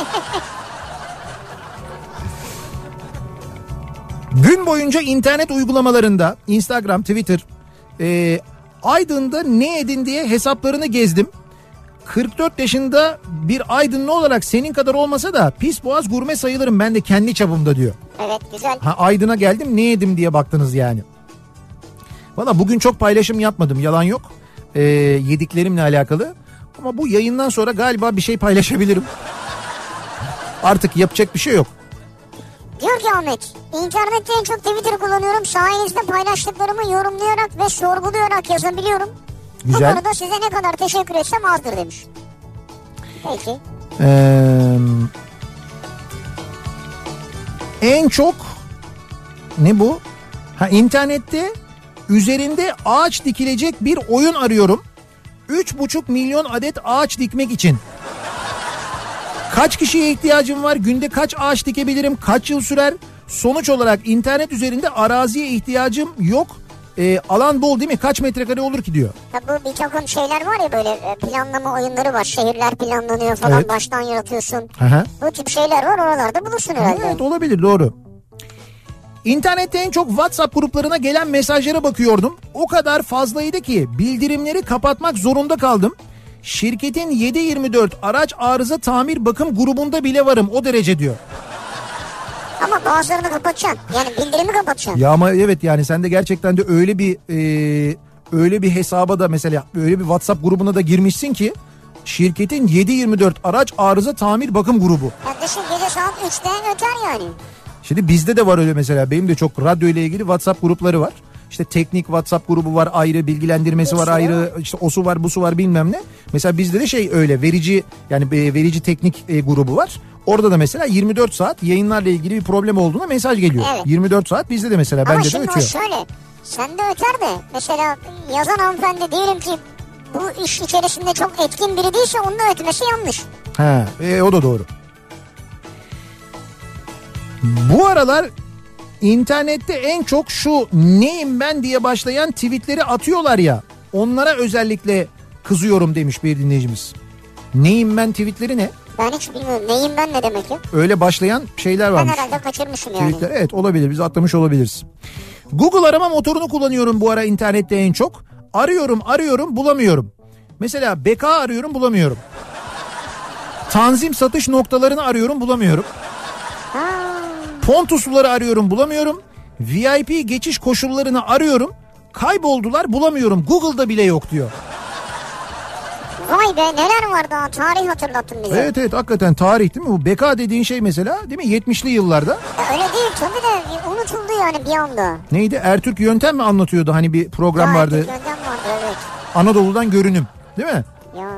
Gün boyunca internet uygulamalarında, Instagram, Twitter, Aydın'da ne edin diye hesaplarını gezdim. 44 yaşında bir Aydınlı olarak senin kadar olmasa da Pisboğaz gurme sayılırım ben de kendi çapımda diyor. Evet, güzel. Aydın'a geldim, ne yedim diye baktınız yani. Valla bugün çok paylaşım yapmadım, yalan yok. Yediklerimle alakalı. Ama bu yayından sonra galiba bir şey paylaşabilirim. Artık yapacak bir şey yok. Diyor ki Ahmet, internette en çok Twitter kullanıyorum. Sayenizde paylaştıklarımı yorumlayarak ve sorgulayarak yazabiliyorum. Güzel. Bu konuda size ne kadar teşekkür etsem azdır demiş. Peki. En çok ne bu? İnternette üzerinde ağaç dikilecek bir oyun arıyorum. 3,5 milyon adet ağaç dikmek için. Kaç kişiye ihtiyacım var? Günde kaç ağaç dikebilirim? Kaç yıl sürer? Sonuç olarak internet üzerinde araziye ihtiyacım yok. Alan bol değil mi? Kaç metrekare olur ki diyor. Tabii bu bir takım şeyler var ya, böyle planlama oyunları var. Şehirler planlanıyor falan, evet. Baştan yaratıyorsun. Aha. Bu tip şeyler var, oralarda bulursun herhalde. Evet, olabilir, doğru. İnternette en çok WhatsApp gruplarına gelen mesajlara bakıyordum. O kadar fazlaydı ki bildirimleri kapatmak zorunda kaldım. Şirketin 7/24 araç arıza tamir bakım grubunda bile varım, o derece diyor. Ama bazılarını kapatacaksın. Yani bildirimi kapatacaksın. Ya ama evet yani sen de gerçekten de öyle bir hesaba da mesela öyle bir WhatsApp grubuna da girmişsin ki şirketin 7/24 araç arıza tamir bakım grubu. Ya düşün gece saat 3'te öter yani. Şimdi bizde de var öyle mesela, benim de çok radyo ile ilgili WhatsApp grupları var. İşte teknik WhatsApp grubu var ayrı, bilgilendirmesi var ayrı, işte osu var busu var bilmem ne. Mesela bizde de öyle verici, yani verici teknik grubu var. Orada da mesela 24 saat yayınlarla ilgili bir problem olduğuna mesaj geliyor. Evet. 24 saat bizde de mesela, bende de ötüyor. Ama şimdi şöyle, sende öter de mesela yazan hanımefendi diyelim ki bu iş içerisinde çok etkin biri değilse onun da ötmesi yanlış. O da doğru. Bu aralar internette en çok şu neyim ben diye başlayan tweetleri atıyorlar ya, onlara özellikle kızıyorum demiş bir dinleyicimiz. Neyim ben tweetleri ne? Ben hiç bilmiyorum. Neyim ben ne demek ya? Öyle başlayan şeyler varmış. Ben herhalde kaçırmışım yani. Tweetler, evet olabilir, biz atlamış olabiliriz. Google arama motorunu kullanıyorum bu ara internette en çok. Arıyorum bulamıyorum. Mesela BK arıyorum bulamıyorum. Tanzim satış noktalarını arıyorum bulamıyorum. Pontusları arıyorum bulamıyorum. VIP geçiş koşullarını arıyorum. Kayboldular bulamıyorum. Google'da bile yok diyor. Vay be, neler var daha, tarih hatırlattın bize. Evet hakikaten tarih değil mi? Bu BK dediğin şey mesela değil mi 70'li yıllarda. Öyle değil tabii de unutuldu yani bir anda. Neydi, Ertürk Yöntem mi anlatıyordu, hani bir program vardı. Ertürk Yöntem vardı, evet. Anadolu'dan görünüm değil mi? Ya.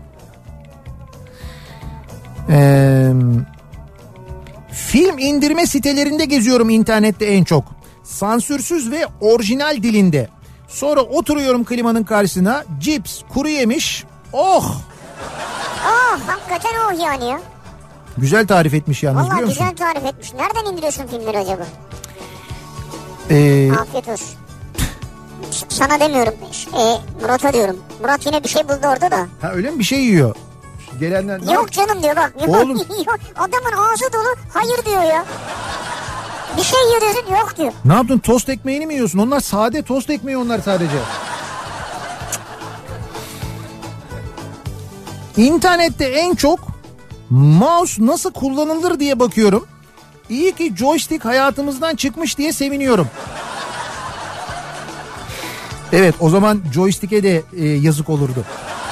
Film indirme sitelerinde geziyorum internette en çok. Sansürsüz ve orijinal dilinde. Sonra oturuyorum klimanın karşısına. Cips, kuru yemiş. Oh! Oh, hakikaten oh yani ya. Güzel tarif etmiş yalnız, biliyor musun? Valla güzel tarif etmiş. Nereden indiriyorsun filmleri acaba? Afiyet olsun. Sana demiyorum. Murat'a diyorum. Murat yine bir şey buldu orada da. Ha öyle mi, bir şey yiyor? Gelenler... Yok canım diyor bak. Oğlum. Yok. Adamın ağzı dolu. Hayır diyor ya. Bir şey yiyor diyorsun, yok diyor. Ne yaptın, tost ekmeğini mi yiyorsun? Onlar sade tost ekmeği, onlar sadece. İnternette en çok mouse nasıl kullanılır diye bakıyorum. İyi ki joystick hayatımızdan çıkmış diye seviniyorum. Evet, o zaman joystick'e de yazık olurdu.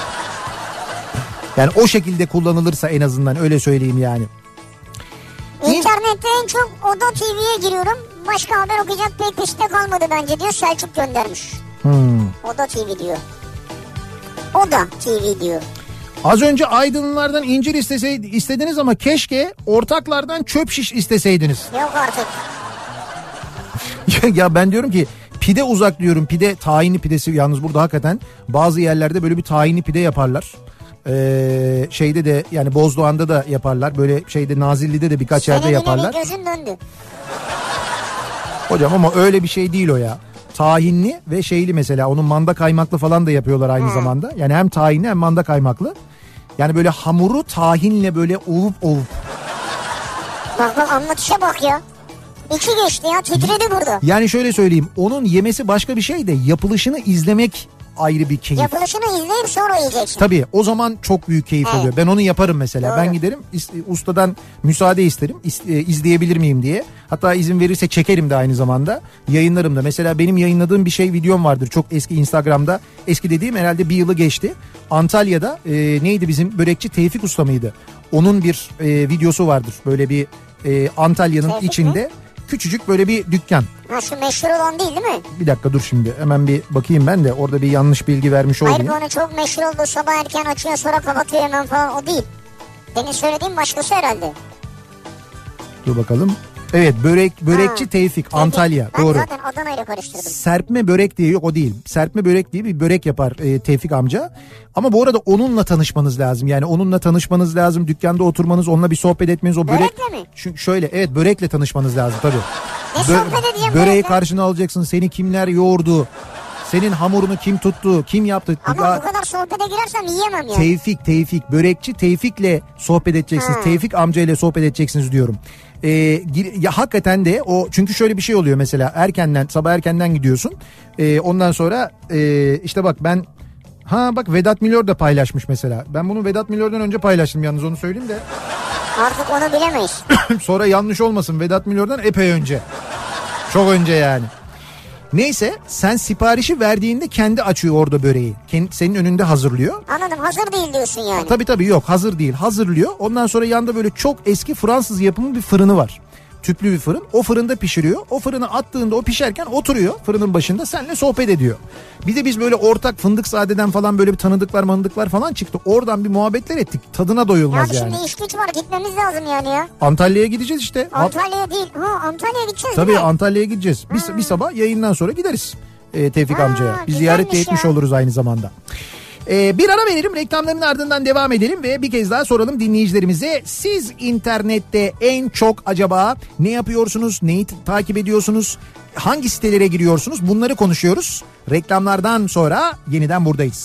Yani o şekilde kullanılırsa en azından, öyle söyleyeyim yani. İnternette en çok Oda TV'ye giriyorum. Başka haber okuyacak pek peşte kalmadı bence diyor. Selçuk göndermiş. Oda TV diyor. Oda TV diyor. Az önce Aydınlılardan incir istediniz ama keşke ortaklardan çöp şiş isteseydiniz. Yok artık. Ya ben diyorum ki pide uzak diyorum. Pide, tahinli pidesi yalnız burada hakikaten bazı yerlerde böyle bir tahinli pide yaparlar. Şeyde de yani Bozdoğan'da da yaparlar. Böyle şeyde Nazilli'de de birkaç yerde yaparlar. Senin gözün döndü. Hocam ama öyle bir şey değil o ya. Tahinli ve şeyli mesela, onun manda kaymaklı falan da yapıyorlar aynı zamanda. Yani hem tahinli hem manda kaymaklı. Yani böyle hamuru tahinle böyle ovup. Bak anlatışa bak ya. İçi geçti ya, titredi burada. Yani şöyle söyleyeyim, onun yemesi başka bir şey de yapılışını izlemek ayrı bir keyif. Yapılışını izleyip sonra yiyeceksin. Tabii o zaman çok büyük keyif oluyor. Ben onu yaparım mesela. Doğru. Ben giderim ustadan müsaade isterim. İzleyebilir miyim diye. Hatta izin verirse çekerim de aynı zamanda. Yayınlarım da. Mesela benim yayınladığım bir videom vardır. Çok eski Instagram'da. Eski dediğim herhalde bir yılı geçti. Antalya'da neydi bizim börekçi Tevfik Usta mıydı? Onun bir videosu vardır. Böyle bir Antalya'nın Tevfik içinde. Mi? Küçücük böyle bir dükkan. Ha, şu meşhur olan değil mi? Bir dakika dur şimdi hemen bir bakayım ben de, orada bir yanlış bilgi vermiş olayım. Hayır, bu onu çok meşhur oldu, sabah erken açıyor sonra kapatıyor hemen falan, o değil. Senin söylediğin başkası herhalde. Dur bakalım. Evet, börekçi Tevfik Antalya, ben doğru. Ben zaten Adana'yla karıştırdım. Serpme börek diye, yok o değil. Serpme börek diye bir börek yapar Tevfik amca. Ama bu arada onunla tanışmanız lazım. Yani onunla tanışmanız lazım. Dükkanda oturmanız, onunla bir sohbet etmeniz. O börekle mi? Çünkü şöyle, evet, börekle tanışmanız lazım tabii. Ne sohbet edeceğim böreği börekle? Karşına alacaksın. Seni kimler yoğurdu? Senin hamurunu kim tuttu? Kim yaptı? Ama bu kadar sohbete girersem yiyemem yani. Tevfik. Börekçi Tevfik'le sohbet edeceksiniz. Tevfik amca ile sohbet edeceksiniz diyorum. Ya hakikaten de o, çünkü şöyle bir şey oluyor mesela, sabah erkenden gidiyorsun. Ondan sonra işte bak ben bak Vedat Milor da paylaşmış mesela. Ben bunu Vedat Milor'dan önce paylaştım yalnız, onu söyleyeyim de. Artık onu bilemeyiz. Sonra yanlış olmasın, Vedat Milor'dan epey önce. Çok önce yani. Neyse, sen siparişi verdiğinde kendi açıyor orada böreği. Senin önünde hazırlıyor. Anladım, hazır değil diyorsun yani. Tabii yok, hazır değil, hazırlıyor. Ondan sonra yanında böyle çok eski Fransız yapımı bir fırını var. Tüplü bir fırın. O fırında pişiriyor. O fırına attığında o pişerken oturuyor fırının başında, seninle sohbet ediyor. Bir de biz böyle ortak Fındıkzade'den falan böyle bir tanıdıklar falan çıktı. Oradan bir muhabbetler ettik. Tadına doyulmaz ya yani. Şimdi iş güç var, gitmemiz lazım yani ya. Antalya'ya gideceğiz işte. Antalya'ya değil. Antalya'ya gideceğiz. Tabii Antalya'ya gideceğiz. Bir sabah yayından sonra gideriz Tevfik amcaya. Bir ziyaret de etmiş oluruz aynı zamanda. Bir ara verelim, reklamların ardından devam edelim ve bir kez daha soralım dinleyicilerimize. Siz internette en çok acaba ne yapıyorsunuz, neyi takip ediyorsunuz, hangi sitelere giriyorsunuz, bunları konuşuyoruz. Reklamlardan sonra yeniden buradayız.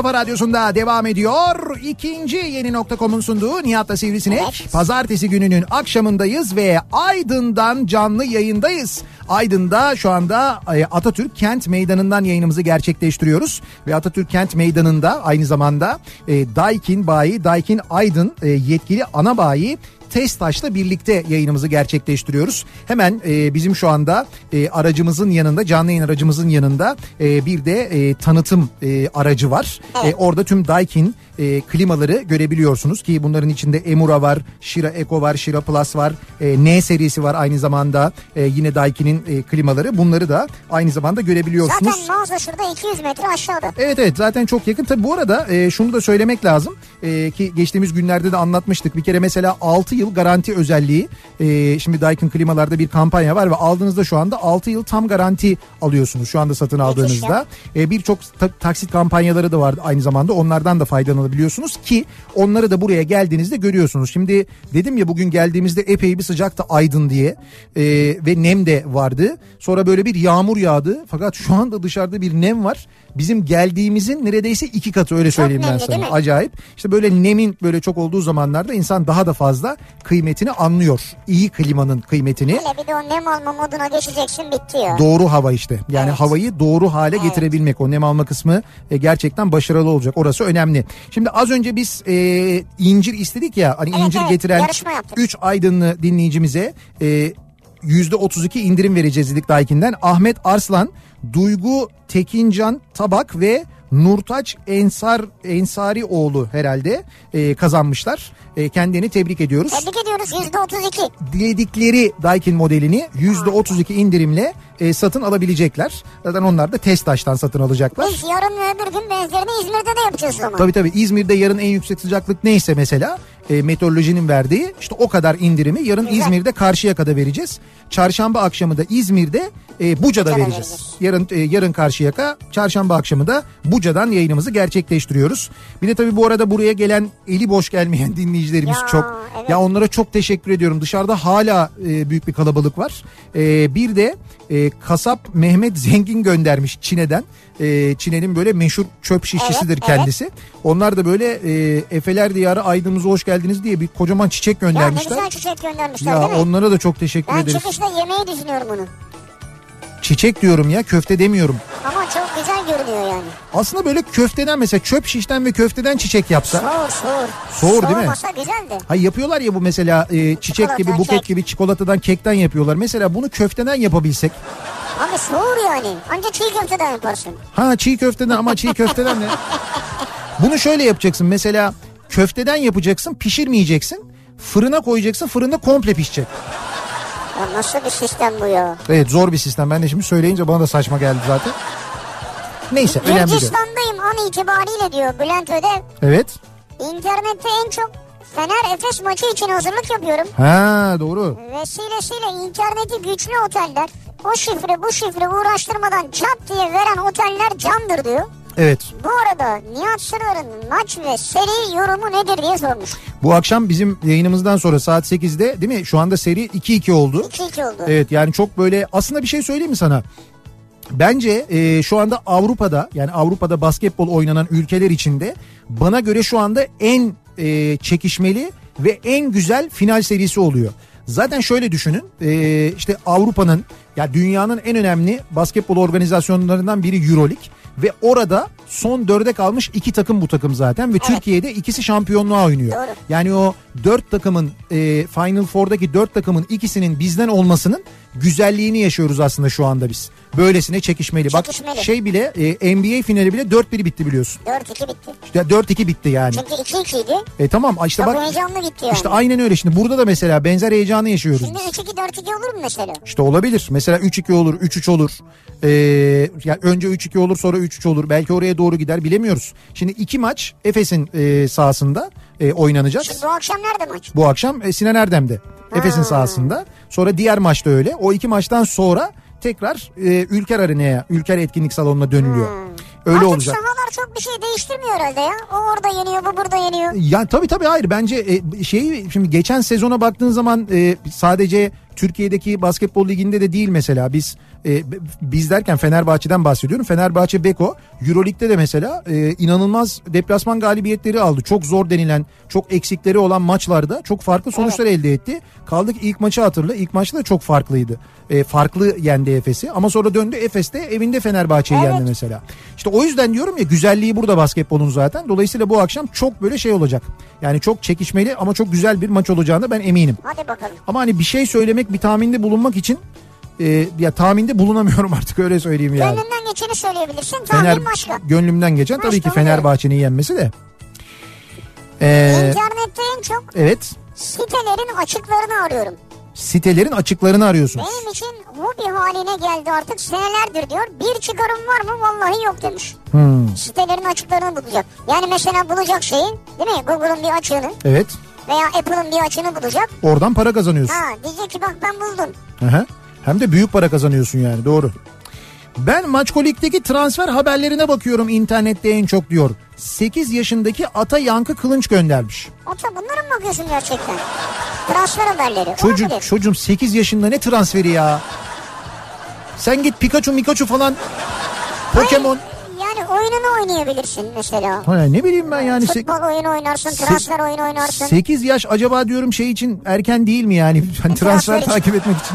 Kafa Radyosu'nda devam ediyor. İkinci Yeni.com'un sunduğu Nihat'la Sivrisinek. Evet. Pazartesi gününün akşamındayız ve Aydın'dan canlı yayındayız. Aydın'da şu anda Atatürk Kent Meydanı'ndan yayınımızı gerçekleştiriyoruz. Ve Atatürk Kent Meydanı'nda aynı zamanda Daikin Bayi, Daikin Aydın yetkili ana bayi Testaş'la birlikte yayınımızı gerçekleştiriyoruz. Hemen bizim şu anda aracımızın yanında, canlı yayın aracımızın yanında bir de tanıtım aracı var. Evet. Orada tüm Daikin klimaları görebiliyorsunuz ki bunların içinde Emura var, Shira Eco var, Shira Plus var, N serisi var aynı zamanda yine Daikin'in klimaları. Bunları da aynı zamanda görebiliyorsunuz. Zaten mağaza şurada 200 metre aşağıda. Evet zaten çok yakın. Tabii bu arada şunu da söylemek lazım ki geçtiğimiz günlerde de anlatmıştık. Bir kere mesela 6 yıl garanti özelliği, şimdi Daikin klimalarda bir kampanya var ve aldığınızda şu anda 6 yıl tam garanti alıyorsunuz şu anda satın aldığınızda. Birçok taksit kampanyaları da var aynı zamanda, onlardan da faydalanabiliyorsunuz ki onları da buraya geldiğinizde görüyorsunuz. Şimdi dedim ya bugün geldiğimizde epey bir sıcaktı Aydın diye ve nem de vardı. Sonra böyle bir yağmur yağdı fakat şu anda dışarıda bir nem var. Bizim geldiğimizin neredeyse 2 katı, öyle söyleyeyim ben sana. Acayip. İşte böyle nemin böyle çok olduğu zamanlarda insan daha da fazla kıymetini anlıyor. İyi klimanın kıymetini. Hele bir de o nem alma moduna geçeceksin, bitti ya. Doğru hava işte. Yani evet. Havayı doğru hale getirebilmek. O nem alma kısmı gerçekten başarılı olacak. Orası önemli. Şimdi az önce biz incir istedik ya. Hani incir getiren 3 Aydınlı dinleyicimize %32 indirim vereceğiz dedik Daikin'den. Ahmet Arslan, Duygu Tekincan Tabak ve Nurtaç Ensarioğlu herhalde kazanmışlar. Kendilerini tebrik ediyoruz. Tebrik ediyoruz, %32. Diledikleri Daikin modelini %32 indirimle satın alabilecekler. Zaten onlar da Testaş'tan satın alacaklar. Biz yarın ve öbür gün benzerini İzmir'de de yapacağız ama. Tabii İzmir'de yarın en yüksek sıcaklık neyse mesela meteorolojinin verdiği işte o kadar indirimi yarın güzel. İzmir'de Karşıyaka'da vereceğiz. Çarşamba akşamı da İzmir'de Buca'da vereceğiz. Yarın Karşıyaka, çarşamba akşamı da Buca'dan yayınımızı gerçekleştiriyoruz. Bir de tabii bu arada buraya gelen eli boş gelmeyen dinleyicilerimiz çok. Evet. Ya onlara çok teşekkür ediyorum. Dışarıda hala büyük bir kalabalık var. Bir de kasap Mehmet Zengin göndermiş Çin'den. Çin'in böyle meşhur çöp şişçisidir kendisi. Evet. Onlar da böyle Efeler Diyarı Aydın'ımıza hoş geldiniz diye bir kocaman çiçek göndermişler. Ya ne güzel çiçek göndermişler ya, değil mi? Onlara da çok teşekkür ederiz. Ben çıkışta yemeği düşünüyorum bunu. Çiçek diyorum ya, köfte demiyorum. Ama çok güzel görünüyor yani. Aslında böyle köfteden mesela çöp şişten ve köfteden çiçek yapsa. Soğur değil mi? Soğumasa güzeldi. Hayır yapıyorlar ya bu mesela çiçek çikolata, gibi buket gibi çikolatadan kekten yapıyorlar. Mesela bunu köfteden yapabilsek. Abi soğur yani. Ancak çiğ köfteden yaparsın. Ha çiğ köfteden ama çiğ köfteden ne? Bunu şöyle yapacaksın mesela, köfteden yapacaksın, pişirmeyeceksin. Fırına koyacaksın, fırında komple pişecek. Ya nasıl bir sistem bu ya? Evet zor bir sistem. Ben de şimdi söyleyince bana da saçma geldi zaten. Neyse önemli değil. Gürcistan'dayım an itibariyle diyor Bülent Ödev. Evet. İnternette en çok Fener Efes maçı için hazırlık yapıyorum. Ha doğru. Vesilesiyle interneti güçlü oteller o şifre bu şifre uğraştırmadan çat diye veren oteller candır diyor. Evet. Bu arada Nihat Sırar'ın maç ve seri yorumu nedir diye sormuş. Bu akşam bizim yayınımızdan sonra saat 8'de değil mi? Şu anda seri 2-2 oldu. 2-2 oldu. Evet yani çok böyle aslında bir şey söyleyeyim mi sana? Bence şu anda Avrupa'da, yani Avrupa'da basketbol oynanan ülkeler içinde bana göre şu anda en çekişmeli ve en güzel final serisi oluyor. Zaten şöyle düşünün, işte Avrupa'nın, ya dünyanın en önemli basketbol organizasyonlarından biri EuroLeague ve orada son 4'e kalmış 2 takım bu takım zaten ve evet. Türkiye'de ikisi şampiyonluğa oynuyor. Doğru. Yani o 4 takımın Final Four'daki 4 takımın ikisinin bizden olmasının güzelliğini yaşıyoruz aslında şu anda biz. Böylesine çekişmeli. Bak şey bile NBA finali bile 4-1 bitti biliyorsun. 4-2 bitti. İşte 4-2 bitti yani. Çünkü 2-2 idi. Tamam işte çok bak. heyecanlı gitti yani. İşte aynen öyle. Şimdi burada da mesela benzer heyecanı yaşıyoruz. Şimdi 3-2-4-2 olur mu mesela? İşte olabilir. Mesela 3-2 olur, 3-3 olur. Yani önce 3-2 olur, sonra 3-3 olur. Belki oraya doğru gider, bilemiyoruz. Şimdi 2 maç Efes'in sahasında oynanacak. Şimdi bu akşam nerede maç? Bu akşam Sinan Erdem'de. Efes'in sahasında. Sonra diğer maçta öyle. O 2 maçtan sonra tekrar Ülker Arena'ya, Ülker Etkinlik Salonu'na dönülüyor. Öyle artık olacak. Artık sahalar çok bir şey değiştirmiyor herhalde ya. O orada yeniyor, bu burada yeniyor. Ya tabii hayır. Bence şimdi geçen sezona baktığın zaman sadece Türkiye'deki basketbol liginde de değil mesela. Biz Biz derken Fenerbahçe'den bahsediyorum. Fenerbahçe Beko Euroleague'de de mesela inanılmaz deplasman galibiyetleri aldı. Çok zor denilen, çok eksikleri olan maçlarda çok farklı sonuçlar elde etti. Kaldı ki ilk maçı hatırla. İlk maçta da çok farklıydı. Farklı yendi Efes'i ama sonra döndü Efes'te evinde Fenerbahçe'yi yendi mesela. İşte o yüzden diyorum ya, güzelliği burada basketbolun zaten. Dolayısıyla bu akşam çok böyle şey olacak. Yani çok çekişmeli ama çok güzel bir maç olacağına ben eminim. Hadi bakalım. Ama hani bir şey söylemek, bir tahminde bulunmak için ya tahminde bulunamıyorum artık, öyle söyleyeyim yani. Gönlünden geçeni söyleyebilirsin. Tahmin başka. Gönlümden geçen tabii ki Fenerbahçe'nin yenmesi de. İnternette en çok sitelerin açıklarını arıyorum. Sitelerin açıklarını arıyorsunuz. Benim için hobi haline geldi artık senelerdir diyor. Bir çıkarım var mı? Vallahi yok demiş. Sitelerin açıklarını bulacak. Yani mesela bulacak şeyi, değil mi? Google'un bir açığını. Evet. Veya Apple'ın bir açığını bulacak. Oradan para kazanıyorsun. Diyecek ki bak ben buldum. Aha. Hem de büyük para kazanıyorsun yani, doğru. Ben Maçkolik'teki transfer haberlerine bakıyorum internette en çok diyor. 8 yaşındaki Ata Yankı Kılınç göndermiş. Ata bunlara mı bakıyorsun gerçekten? Transfer haberleri. Çocuğum 8 yaşında ne transferi ya? Sen git Pikachu falan, Pokemon. Yani oyununu oynayabilirsin mesela. Ne bileyim ben yani. Futbol oyunu oynarsın, transfer oyunu oynarsın. 8 yaş acaba diyorum şey için erken değil mi yani? Transfer takip etmek için.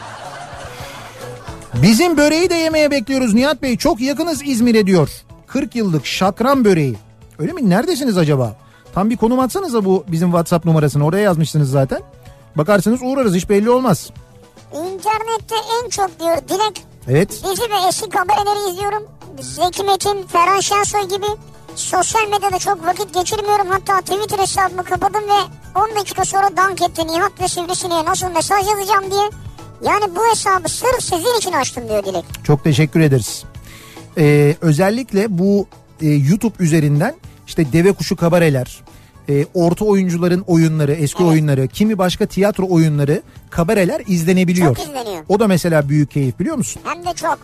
Bizim böreği de yemeye bekliyoruz Nihat Bey. Çok yakınız İzmir'e diyor. 40 yıllık şakran böreği. Öyle mi? Neredesiniz acaba? Tam bir konum atsanıza bu bizim WhatsApp numarasını. Oraya yazmışsınız zaten. Bakarsanız uğrarız, hiç belli olmaz. İnternette en çok diyor Dilek. Evet. Dizi ve eski haberleri izliyorum. Zeki Metin, Ferhan Şensoy gibi. Sosyal medyada çok vakit geçirmiyorum. Hatta Twitter hesabımı kapadım ve 10 dakika sonra dank etti. Nihat ve Sivrisine'ye nasıl mesaj yazacağım diye. Yani bu hesabı sırf sizin için açtım diyor Dilek. Çok teşekkür ederiz. Özellikle bu YouTube üzerinden işte deve kuşu kabareler, orta oyuncuların oyunları, eski oyunları, kimi başka tiyatro oyunları, kabareler izlenebiliyor. Çok izleniyor. O da mesela büyük keyif, biliyor musun? Hem de çok.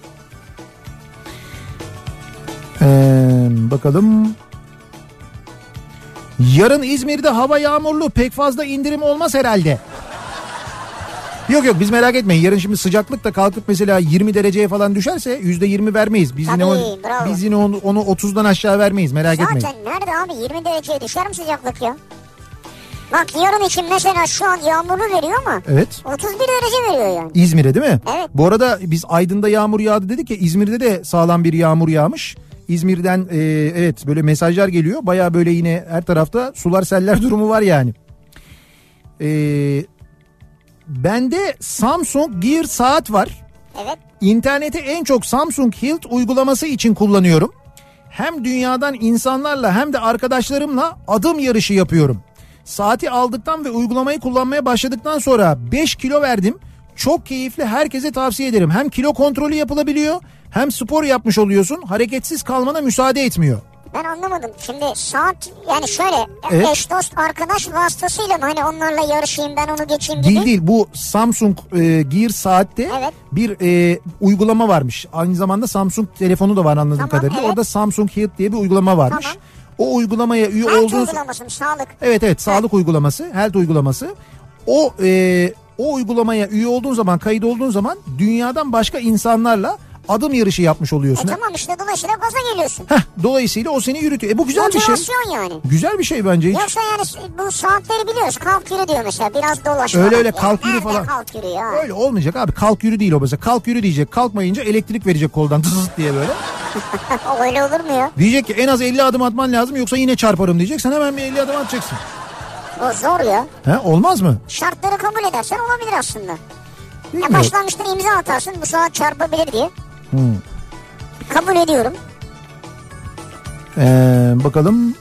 Bakalım. Yarın İzmir'de hava yağmurlu, pek fazla indirim olmaz herhalde. Yok biz merak etmeyin. Yarın şimdi sıcaklık da kalkıp mesela 20 dereceye falan düşerse %20 vermeyiz. Biz yine onu 30'dan aşağı vermeyiz, merak etmeyin. Zaten nerede abi 20 dereceye düşer mi sıcaklık ya? Bak yarın için mesela şu an yağmurlu veriyor ama evet. 31 derece veriyor yani. İzmir'e değil mi? Evet. Bu arada biz Aydın'da yağmur yağdı dedik ya, İzmir'de de sağlam bir yağmur yağmış. İzmir'den evet böyle mesajlar geliyor. Baya böyle yine her tarafta sular seller durumu var yani. Bende Samsung Gear saat var. Evet. İnterneti en çok Samsung Hilt uygulaması için kullanıyorum. Hem dünyadan insanlarla hem de arkadaşlarımla adım yarışı yapıyorum. Saati aldıktan ve uygulamayı kullanmaya başladıktan sonra 5 kilo verdim. Çok keyifli, herkese tavsiye ederim. Hem kilo kontrolü yapılabiliyor, hem spor yapmış oluyorsun. Hareketsiz kalmana müsaade etmiyor. Ben anlamadım. Şimdi saat yani şöyle eş dost arkadaş vasıtasıyla mı hani onlarla yarışayım ben onu geçeyim gibi? Değil bu Samsung Gear saatte bir uygulama varmış. Aynı zamanda Samsung telefonu da var anladığım kadarıyla. Orada Samsung Health diye bir uygulama varmış. Tamam. O uygulamaya üye olduğunuz... olduğunuz... uygulaması mı? Sağlık. Evet sağlık uygulaması, Health uygulaması. O uygulamaya üye olduğun zaman, kayıt olduğun zaman dünyadan başka insanlarla adım yarışı yapmış oluyorsun. Tamam işte dolayısıyla gaza geliyorsun. Dolayısıyla o seni yürütüyor. Bu güzel bir şey. Motivasyon yani. Güzel bir şey bence. Yoksa yani bu saatleri biliyoruz. Kalk yürü diyor mesela. Biraz dolaş. Öyle kalk yürü falan. Kalk yürü ya. Öyle olmayacak abi. Kalk yürü değil o mesela. Kalk yürü diyecek. Kalkmayınca elektrik verecek koldan tıs diye böyle. Öyle olur mu ya? Diyecek ki en az 50 adım atman lazım yoksa yine çarparım diyecek. Sen hemen bir 50 adım atacaksın. O zor ya. Olmaz mı? Şartları kabul edersen olabilir aslında. Başlangıçta imza atarsın bu saat çarpabilir diye. Kabul ediyorum. Bakalım.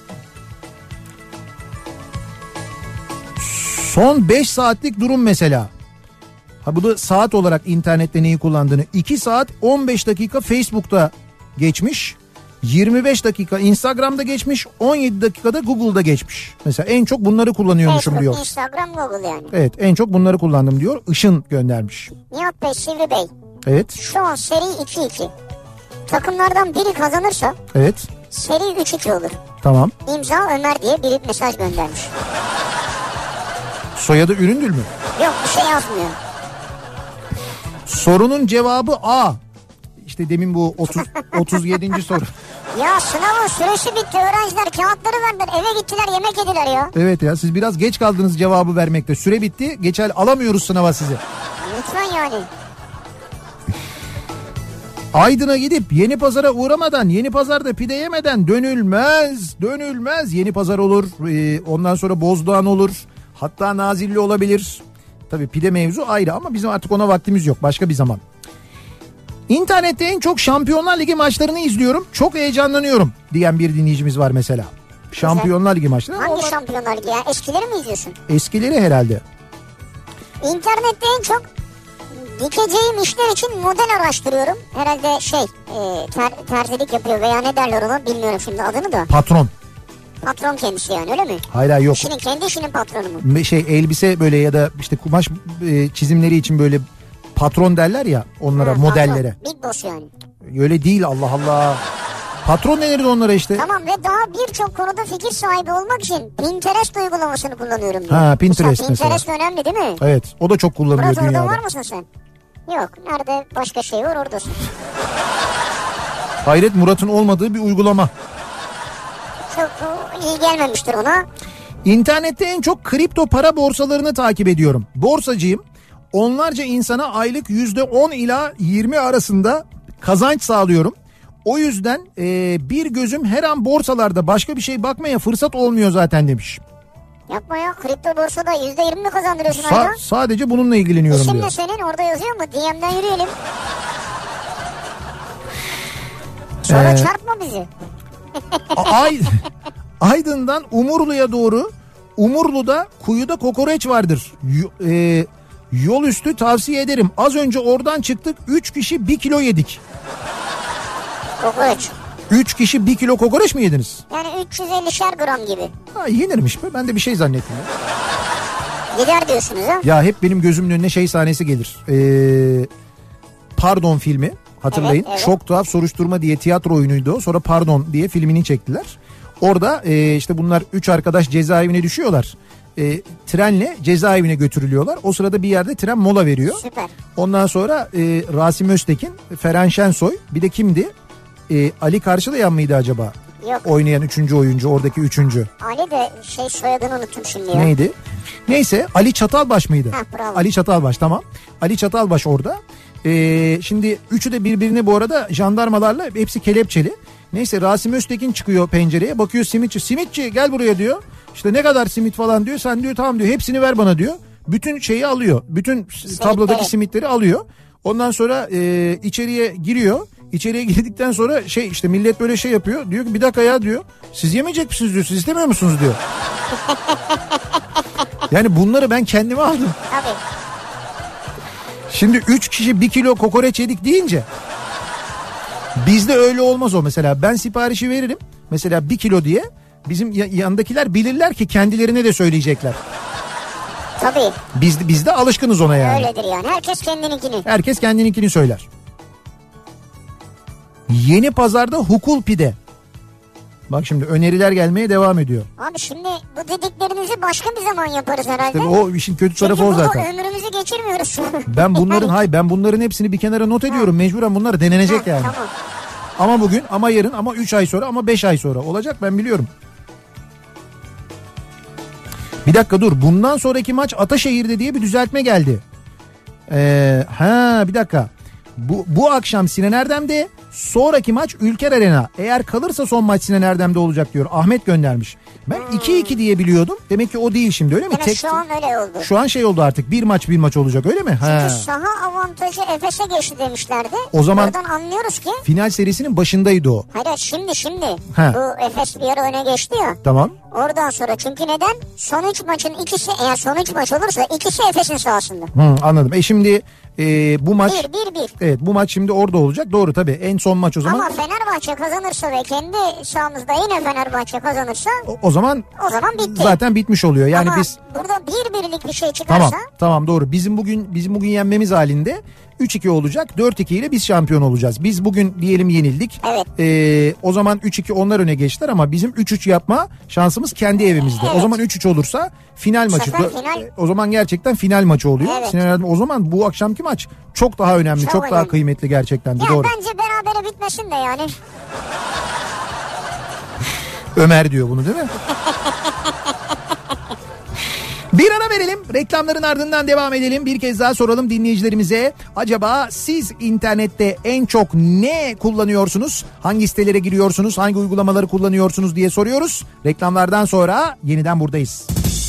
Son 5 saatlik durum mesela. Bu da saat olarak internette neyi kullandığını. 2 saat 15 dakika Facebook'ta geçmiş. 25 dakika Instagram'da geçmiş. 17 dakikada Google'da geçmiş. Mesela en çok bunları kullanıyormuşum diyor. Instagram, Google yani. Evet en çok bunları kullandım diyor. Işın göndermiş. Nihat Bey, Sivri Bey. Evet. Şu an seri 2-2. Takımlardan biri kazanırsa seri 3-2 olur. Tamam. İmza Ömer diye biri mesaj göndermiş. Soyadı Üründül mü? Yok bir şey yazmıyor. Sorunun cevabı A. İşte demin bu 37. soru. Ya sınavın süresi bitti. Öğrenciler kağıtları verdiler. Eve gittiler, yemek yediler ya. Evet ya, siz biraz geç kaldınız cevabı vermekte. Süre bitti. Geçer, alamıyoruz sınava sizi. Lütfen yani. Aydın'a gidip Yenipazar'a uğramadan, Yenipazar'da pide yemeden dönülmez. Dönülmez. Yenipazar olur. Ondan sonra Bozdoğan olur. Hatta Nazilli olabilir. Tabii pide mevzu ayrı ama bizim artık ona vaktimiz yok. Başka bir zaman. İnternette en çok Şampiyonlar Ligi maçlarını izliyorum. Çok heyecanlanıyorum diyen bir dinleyicimiz var mesela. Şampiyonlar Ligi maçları. Hangi Şampiyonlar Ligi ya? Eskileri mi izliyorsun? Eskileri herhalde. İnternette en çok dikeceğim işler için model araştırıyorum. Herhalde terzilik yapıyor veya ne derler ona, bilmiyorum şimdi adını da. Patron. Patron kendisi yani, öyle mi? Hayır yok. Kendi işinin patronu mu? Elbise böyle ya da işte kumaş çizimleri için böyle patron derler ya onlara, modellere. Patron. Big boss yani. Öyle değil, Allah Allah. Patron denirdi onlara işte. Tamam, ve daha birçok konuda fikir sahibi olmak için Pinterest uygulamasını kullanıyorum diyor. Ha, Pinterest mesela. Pinterest önemli değil mi? Evet, o da çok kullanılıyor Murat, dünyada. orada var mısın sen? Yok, nerede başka şey var oradasın. Hayret, Murat'ın olmadığı bir uygulama. Çok iyi gelmemiştir ona. İnternette en çok kripto para borsalarını takip ediyorum. Borsacıyım. Onlarca insana aylık %10 ila 20 arasında kazanç sağlıyorum. O yüzden bir gözüm her an borsalarda, başka bir şey bakmaya fırsat olmuyor zaten demiş. Yapma ya, kripto borsada %20 mi kazandırıyorsun ayda? Sadece bununla ilgileniyorum İsim diyor. ne senin, orada yazıyor mu? DM'den yürüyelim. Sonra çarpma bizi. Aydın'dan Umurlu'ya doğru, Umurlu'da kuyuda kokoreç vardır. Yol üstü tavsiye ederim. Az önce oradan çıktık, 3 kişi 1 kilo yedik. Kokoreç. 3 kişi 1 kilo kokoreç mi yediniz? Yani 350'şer gram gibi. Ha, yenirmiş be, ben de bir şey zannettim. Gider diyorsunuz ha? Ya hep benim gözümün önüne şey sahnesi gelir. Pardon filmi, hatırlayın. Evet. Çok Tuhaf Soruşturma diye tiyatro oyunuydu o. Sonra Pardon diye filmini çektiler. Orada işte bunlar 3 arkadaş cezaevine düşüyorlar. Trenle cezaevine götürülüyorlar. O sırada bir yerde tren mola veriyor. Süper. Ondan sonra Rasim Öztekin, Ferhan Şensoy, bir de kimdi? Ali Karşılayan mıydı acaba? Yok. Oynayan 3. oyuncu, oradaki 3. Ali de soyadını unuttum şimdi ya. Neydi? Neyse, Ali Çatalbaş mıydı? Bravo. Ali Çatalbaş, tamam. Ali Çatalbaş orada. Şimdi üçü de birbirini bu arada jandarmalarla, hepsi kelepçeli. Neyse, Rasim Öztekin çıkıyor pencereye, bakıyor simitçi. Simitçi gel buraya diyor. İşte ne kadar simit falan diyor. Sen diyor tamam diyor, hepsini ver bana diyor. Bütün şeyi alıyor. Bütün tablodaki simitleri alıyor. Ondan sonra içeriye giriyor. İçeriye girdikten sonra işte millet böyle şey yapıyor. Diyor ki bir dakika ya diyor. Siz yemeyecek misiniz diyor. Siz istemiyor musunuz diyor. Yani bunları ben kendime aldım. Tabii. Şimdi 3 kişi 1 kilo kokoreç yedik deyince bizde öyle olmaz o mesela. Ben siparişi veririm. Mesela 1 kilo diye. Bizim yandakiler bilirler ki kendilerine de söyleyecekler. Tabii. Biz de alışkınız ona yani. Öyledir yani. Herkes kendininkini. Herkes kendininkini söyler. Yenipazar'da hukul pide. Bak şimdi öneriler gelmeye devam ediyor. Abi şimdi bu dediklerinizi başka bir zaman yaparız herhalde. Tabii o işin kötü tarafı çünkü o zaten. Çünkü ömrümüzü geçirmiyoruz. Ben bunların hepsini bir kenara not ediyorum. Mecburen bunlar denenecek yani. Tamam. Ama bugün, ama yarın, ama 3 ay sonra, ama 5 ay sonra olacak, ben biliyorum. Bir dakika dur, bundan sonraki maç Ataşehir'de diye bir düzeltme geldi. Bir dakika. Bu akşam Sinan Erdem'de, sonraki maç Ülker Arena. Eğer kalırsa son maç Sinan Erdem'de olacak diyor. Ahmet göndermiş. Ben 2-2 diye biliyordum. Demek ki o değil şimdi, öyle mi? Evet, şu an öyle oldu. Şu an oldu artık. Bir maç olacak, öyle mi? Çünkü saha avantajı Efes'e geçti demişlerdi. O zaman oradan anlıyoruz ki final serisinin başındaydı o. Hayır, şimdi. Bu Efes bir ara öne geçti ya. Tamam. Oradan sonra, çünkü neden? Son 3 maçın ikisi, eğer son 3 maç olursa ikisi Efes'in sahasında. Anladım. Şimdi bu maç 1-1. Evet, bu maç şimdi orada olacak. Doğru tabii. En son maç o zaman. Ama Fenerbahçe kazanırsa ve kendi sahamızda yine Fenerbahçe kazanırsa o zaman bitti. Zaten bitmiş oluyor. Yani ama biz burada 1-1'lik net bir şey çıkarsa. Tamam doğru. Bizim bugün yenmemiz halinde 3-2 olacak. 4-2 ile biz şampiyon olacağız. Biz bugün diyelim yenildik. Evet. O zaman 3-2 onlar öne geçtiler ama bizim 3-3 yapma şansımız kendi evimizde. Evet. O zaman 3-3 olursa final maçı. O zaman gerçekten final maçı oluyor. Evet. O zaman bu akşamki maç çok daha önemli, çok daha kıymetli gerçekten de. Ya doğru. bence berabere bitmesin de yani. Ömer diyor bunu değil mi? Bir ara verelim. Reklamların ardından devam edelim. Bir kez daha soralım dinleyicilerimize. Acaba siz internette en çok ne kullanıyorsunuz? Hangi sitelere giriyorsunuz? Hangi uygulamaları kullanıyorsunuz diye soruyoruz. Reklamlardan sonra yeniden buradayız.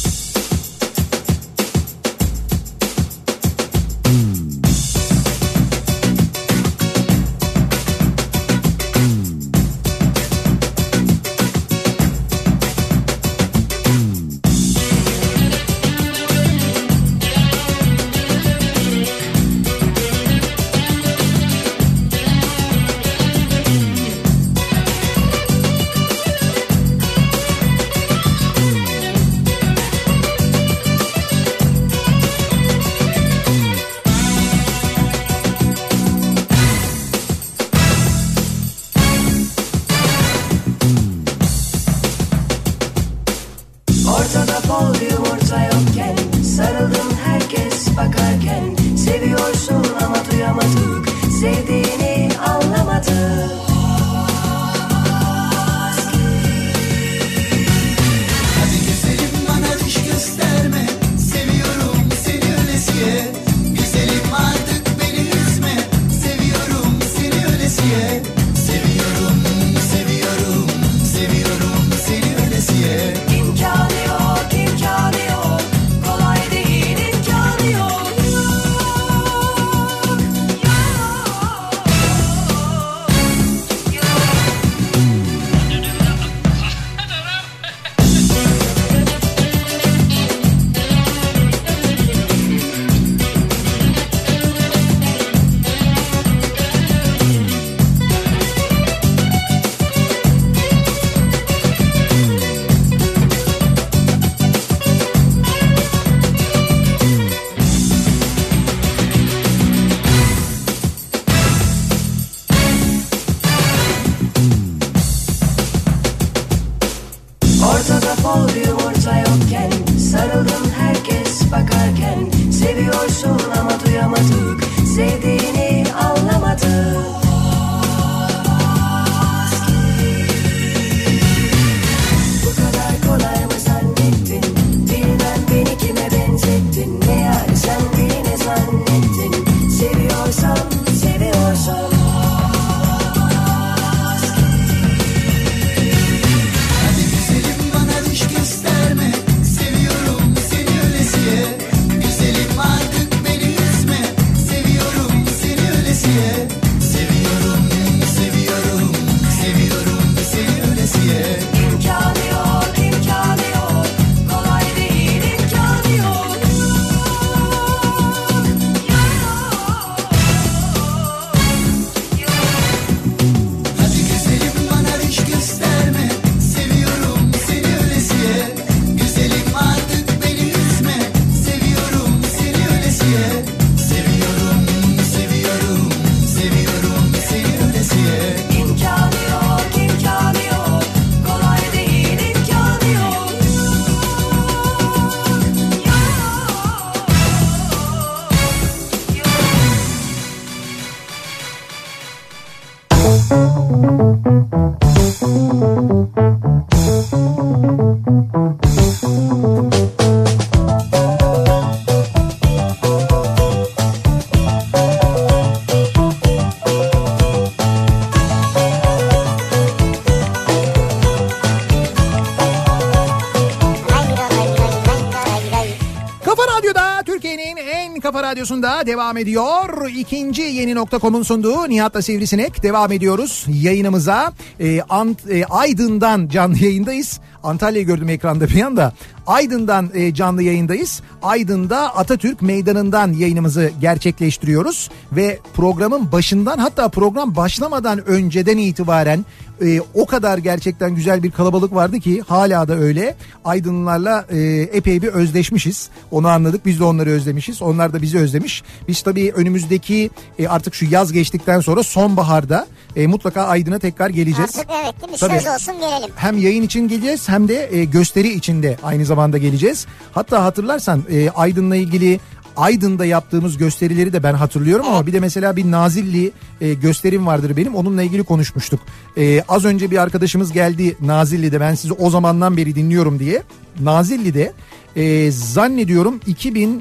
Radyosu'nda devam ediyor. İkinci Yeni.com'un sunduğu Nihat'la Sivrisinek devam ediyoruz yayınımıza. Aydın'dan canlı yayındayız. Antalya'yı gördüm ekranda bir anda. Aydın'dan canlı yayındayız. Aydın'da Atatürk Meydanı'ndan yayınımızı gerçekleştiriyoruz. Ve programın başından, hatta program başlamadan önceden itibaren o kadar gerçekten güzel bir kalabalık vardı ki hala da öyle. Aydınlılarla epey bir özleşmişiz. Onu anladık. Biz de onları özlemişiz. Onlar da bizi özlemiş. Biz tabii önümüzdeki artık şu yaz geçtikten sonra sonbaharda mutlaka Aydın'a tekrar geleceğiz. Artık evet, değil mi? Tabii. Söz olsun gelelim. Hem yayın için geleceğiz hem de gösteri için de aynı zamanda geleceğiz. Hatta hatırlarsan Aydın'la ilgili Aydın'da yaptığımız gösterileri de ben hatırlıyorum, ama bir de mesela bir Nazilli gösterim vardır benim, onunla ilgili konuşmuştuk. Az önce bir arkadaşımız geldi Nazilli'de, ben sizi o zamandan beri dinliyorum diye. Nazilli'de zannediyorum 2000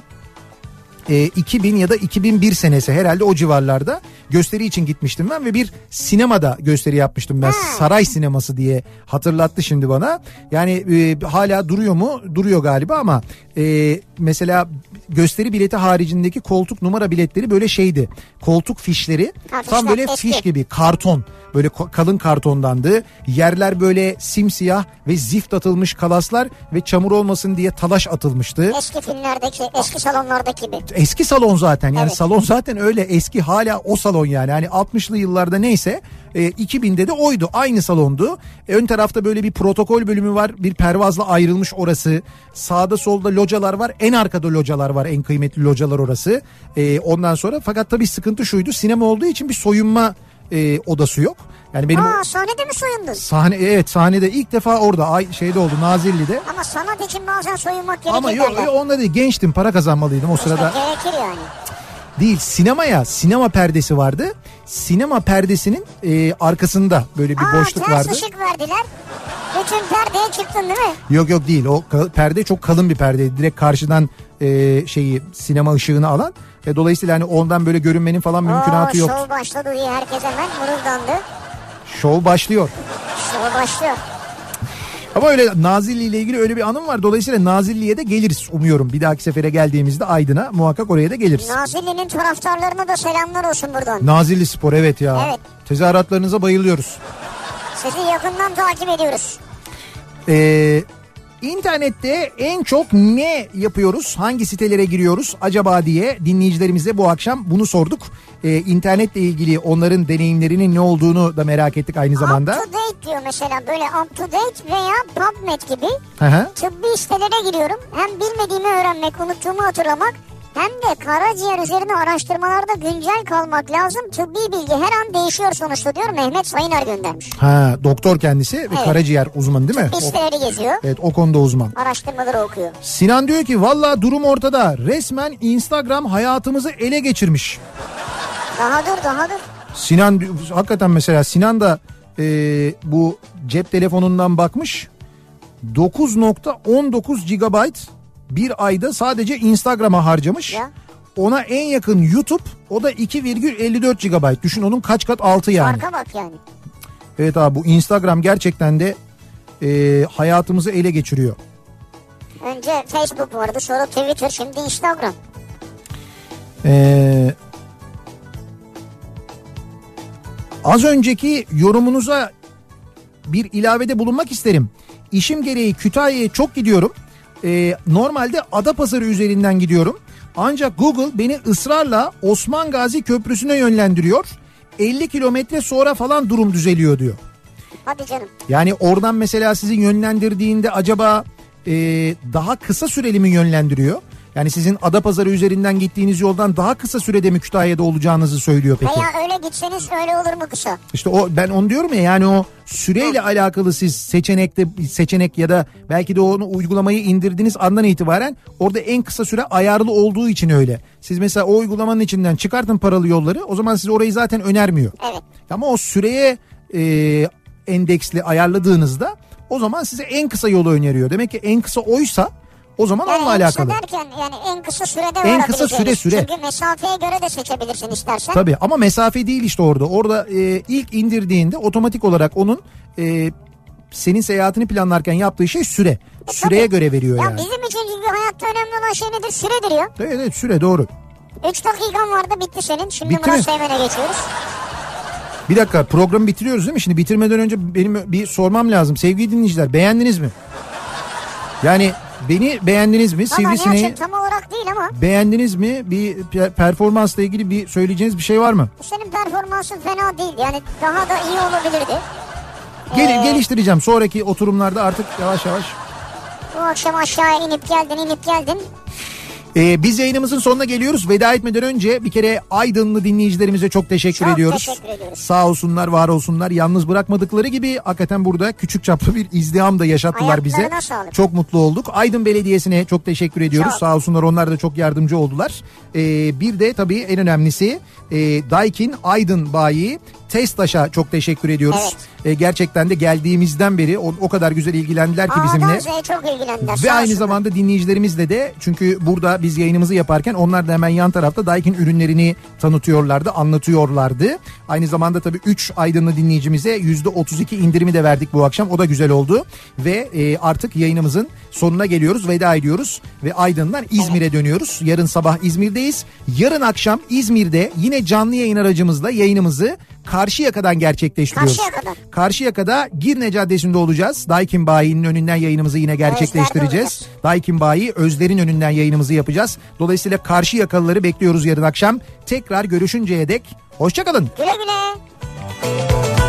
ya da 2001 senesi herhalde, o civarlarda gösteri için gitmiştim ben ve bir sinemada gösteri yapmıştım ben. Saray Sineması diye hatırlattı şimdi bana. Yani hala duruyor mu? Duruyor galiba, ama mesela gösteri bileti haricindeki koltuk numara biletleri böyle şeydi. Koltuk fişleri tam böyle fiş gibi, karton. Böyle kalın kartondandı. Yerler böyle simsiyah ve zift atılmış kalaslar ve çamur olmasın diye talaş atılmıştı. Eski filmlerdeki, eski salonlardaki gibi. Eski salon zaten, yani evet. Salon zaten öyle eski, hala o salon yani. Hani 60'lı yıllarda neyse 2000'de de oydu, aynı salondu. Ön tarafta böyle bir protokol bölümü var, bir pervazla ayrılmış orası. Sağda solda localar var, en arkada localar var, en kıymetli localar orası. Ondan sonra fakat tabii sıkıntı şuydu, sinema olduğu için bir soyunma odası yok. Yani benim sahnede mi soyundun? Evet, sahnede ilk defa orada şeyde oldu, Nazilli'de. Ama sanat için bazen soyunmak gerekir. Ama yok, onda değil, gençtim, para kazanmalıydım o sırada. Gerekir yani. Değil, sinema perdesi vardı. Sinema perdesinin arkasında böyle bir boşluk vardı. Ters ışık verdiler. Bütün perdeye çıktın değil mi? Yok değil, o perde çok kalın bir perdeydi. Direkt karşıdan sinema ışığını alan. Dolayısıyla hani ondan böyle görünmenin falan mümkünatı yok. Şov başladı diye herkes hemen mırıldandı. Şov başlıyor. Şov başlıyor. Ama öyle Nazilli ile ilgili öyle bir anım var. Dolayısıyla Nazilli'ye de geliriz umuyorum. Bir dahaki sefere geldiğimizde Aydın'a muhakkak oraya da geliriz. Nazilli'nin taraftarlarına da selamlar olsun buradan. Nazilli Spor, evet ya. Evet. Tezahüratlarınıza bayılıyoruz. Sizi yakından takip ediyoruz. İnternette en çok ne yapıyoruz? Hangi sitelere giriyoruz acaba diye dinleyicilerimize bu akşam bunu sorduk. İnternetle ilgili onların deneyimlerinin ne olduğunu da merak ettik aynı zamanda. Up to date diyor mesela, böyle up to date veya PubMed gibi. Tıbbi sitelere giriyorum. Hem bilmediğimi öğrenmek, unuttuğumu hatırlamak, hem de karaciğer üzerine araştırmalarda güncel kalmak lazım. Tıbbi bilgi her an değişiyor sonuçta diyor, Mehmet Sayıner göndermiş. Doktor kendisi ve karaciğer uzmanı değil mi? Tıbbi siteleri geziyor. Evet, o konuda uzman. Araştırmaları okuyor. Sinan diyor ki valla durum ortada. Resmen Instagram hayatımızı ele geçirmiş. Daha dur. Sinan hakikaten, mesela Sinan da bu cep telefonundan bakmış. 9.19 GB bir ayda sadece Instagram'a harcamış. Ya. Ona en yakın YouTube, o da 2,54 GB. Düşün onun kaç kat altı yani. Farka bak yani. Evet abi, bu Instagram gerçekten de hayatımızı ele geçiriyor. Önce Facebook vardı, sonra Twitter, şimdi Instagram. Az önceki yorumunuza bir ilavede bulunmak isterim. İşim gereği Kütahya'ya çok gidiyorum. Normalde Adapazarı üzerinden gidiyorum. Ancak Google beni ısrarla Osman Gazi Köprüsü'ne yönlendiriyor. 50 kilometre sonra falan durum düzeliyor diyor. Hadi canım. Yani oradan mesela sizi yönlendirdiğinde acaba daha kısa süreli mi yönlendiriyor? Yani sizin Adapazarı üzerinden gittiğiniz yoldan daha kısa sürede mi Kütahya'da olacağınızı söylüyor peki? Veya öyle gitseniz öyle olur mu kısa? İşte ben onu diyorum ya, yani o süreyle alakalı siz seçenek ya da belki de onu uygulamayı indirdiğiniz andan itibaren orada en kısa süre ayarlı olduğu için öyle. Siz mesela o uygulamanın içinden çıkartın paralı yolları, o zaman size orayı zaten önermiyor. Evet. Ama o süreye endeksli ayarladığınızda o zaman size en kısa yolu öneriyor. Demek ki en kısa oysa o zaman yani onunla alakalı. En kısa derken yani en kısa sürede en kısa süre. Çünkü mesafeye göre de seçebilirsin istersen. Tabii, ama mesafe değil işte orada. Orada ilk indirdiğinde otomatik olarak onun senin seyahatini planlarken yaptığı şey süre. Süreye göre veriyor yani. Bizim için çünkü hayatta önemli olan şey nedir? Süredir ya. Evet, süre, doğru. 3 dakikan vardı, bitti senin. Şimdi bitti Murat Seymen'e geçiyoruz. Bir dakika, programı bitiriyoruz değil mi? Şimdi bitirmeden önce benim bir sormam lazım. Sevgili dinleyiciler, beğendiniz mi? Yani Beni beğendiniz mi? Valla Sivrisineği gerçek tam olarak değil ama. beğendiniz mi? Bir performansla ilgili bir söyleyeceğiniz bir şey var mı? Senin performansın fena değil. Yani daha da iyi olabilirdi. Geliştireceğim. Sonraki oturumlarda artık yavaş yavaş. Bu akşam aşağıya inip geldin. Biz yayınımızın sonuna geliyoruz. Veda etmeden önce bir kere Aydınlı dinleyicilerimize çok teşekkür ediyoruz. Çok teşekkür ediyoruz. Sağ olsunlar, var olsunlar. Yalnız bırakmadıkları gibi hakikaten burada küçük çaplı bir izdiham da yaşattılar bize. Ayaklarına sağlık. Çok mutlu olduk. Aydın Belediyesi'ne çok teşekkür ediyoruz. Çok. Sağ olsunlar, onlar da çok yardımcı oldular. Bir de tabii en önemlisi Daikin Aydın Bayi Testaş'a çok teşekkür ediyoruz. Evet. Gerçekten de geldiğimizden beri o kadar güzel ilgilendiler ki bizimle. Çok ilgilendiler. Ve aynı zamanda dinleyicilerimizle de, çünkü burada biz yayınımızı yaparken onlar da hemen yan tarafta Daikin ürünlerini tanıtıyorlardı, anlatıyorlardı. Aynı zamanda tabii 3 Aydınlı dinleyicimize %32 indirimi de verdik bu akşam. O da güzel oldu. Ve artık yayınımızın sonuna geliyoruz, veda ediyoruz. Ve Aydın'dan İzmir'e dönüyoruz. Yarın sabah İzmir'deyiz. Yarın akşam İzmir'de yine canlı yayın aracımızla yayınımızı Karşıyaka'dan gerçekleştiriyoruz. Karşıyaka'da Girne Caddesi'nde olacağız. Daikin Bayi'nin önünden yayınımızı yine gerçekleştireceğiz. Daikin Bayi Özler'in önünden yayınımızı yapacağız. Dolayısıyla Karşıyakalıları bekliyoruz yarın akşam. Tekrar görüşünceye dek hoşça kalın. Güle güle.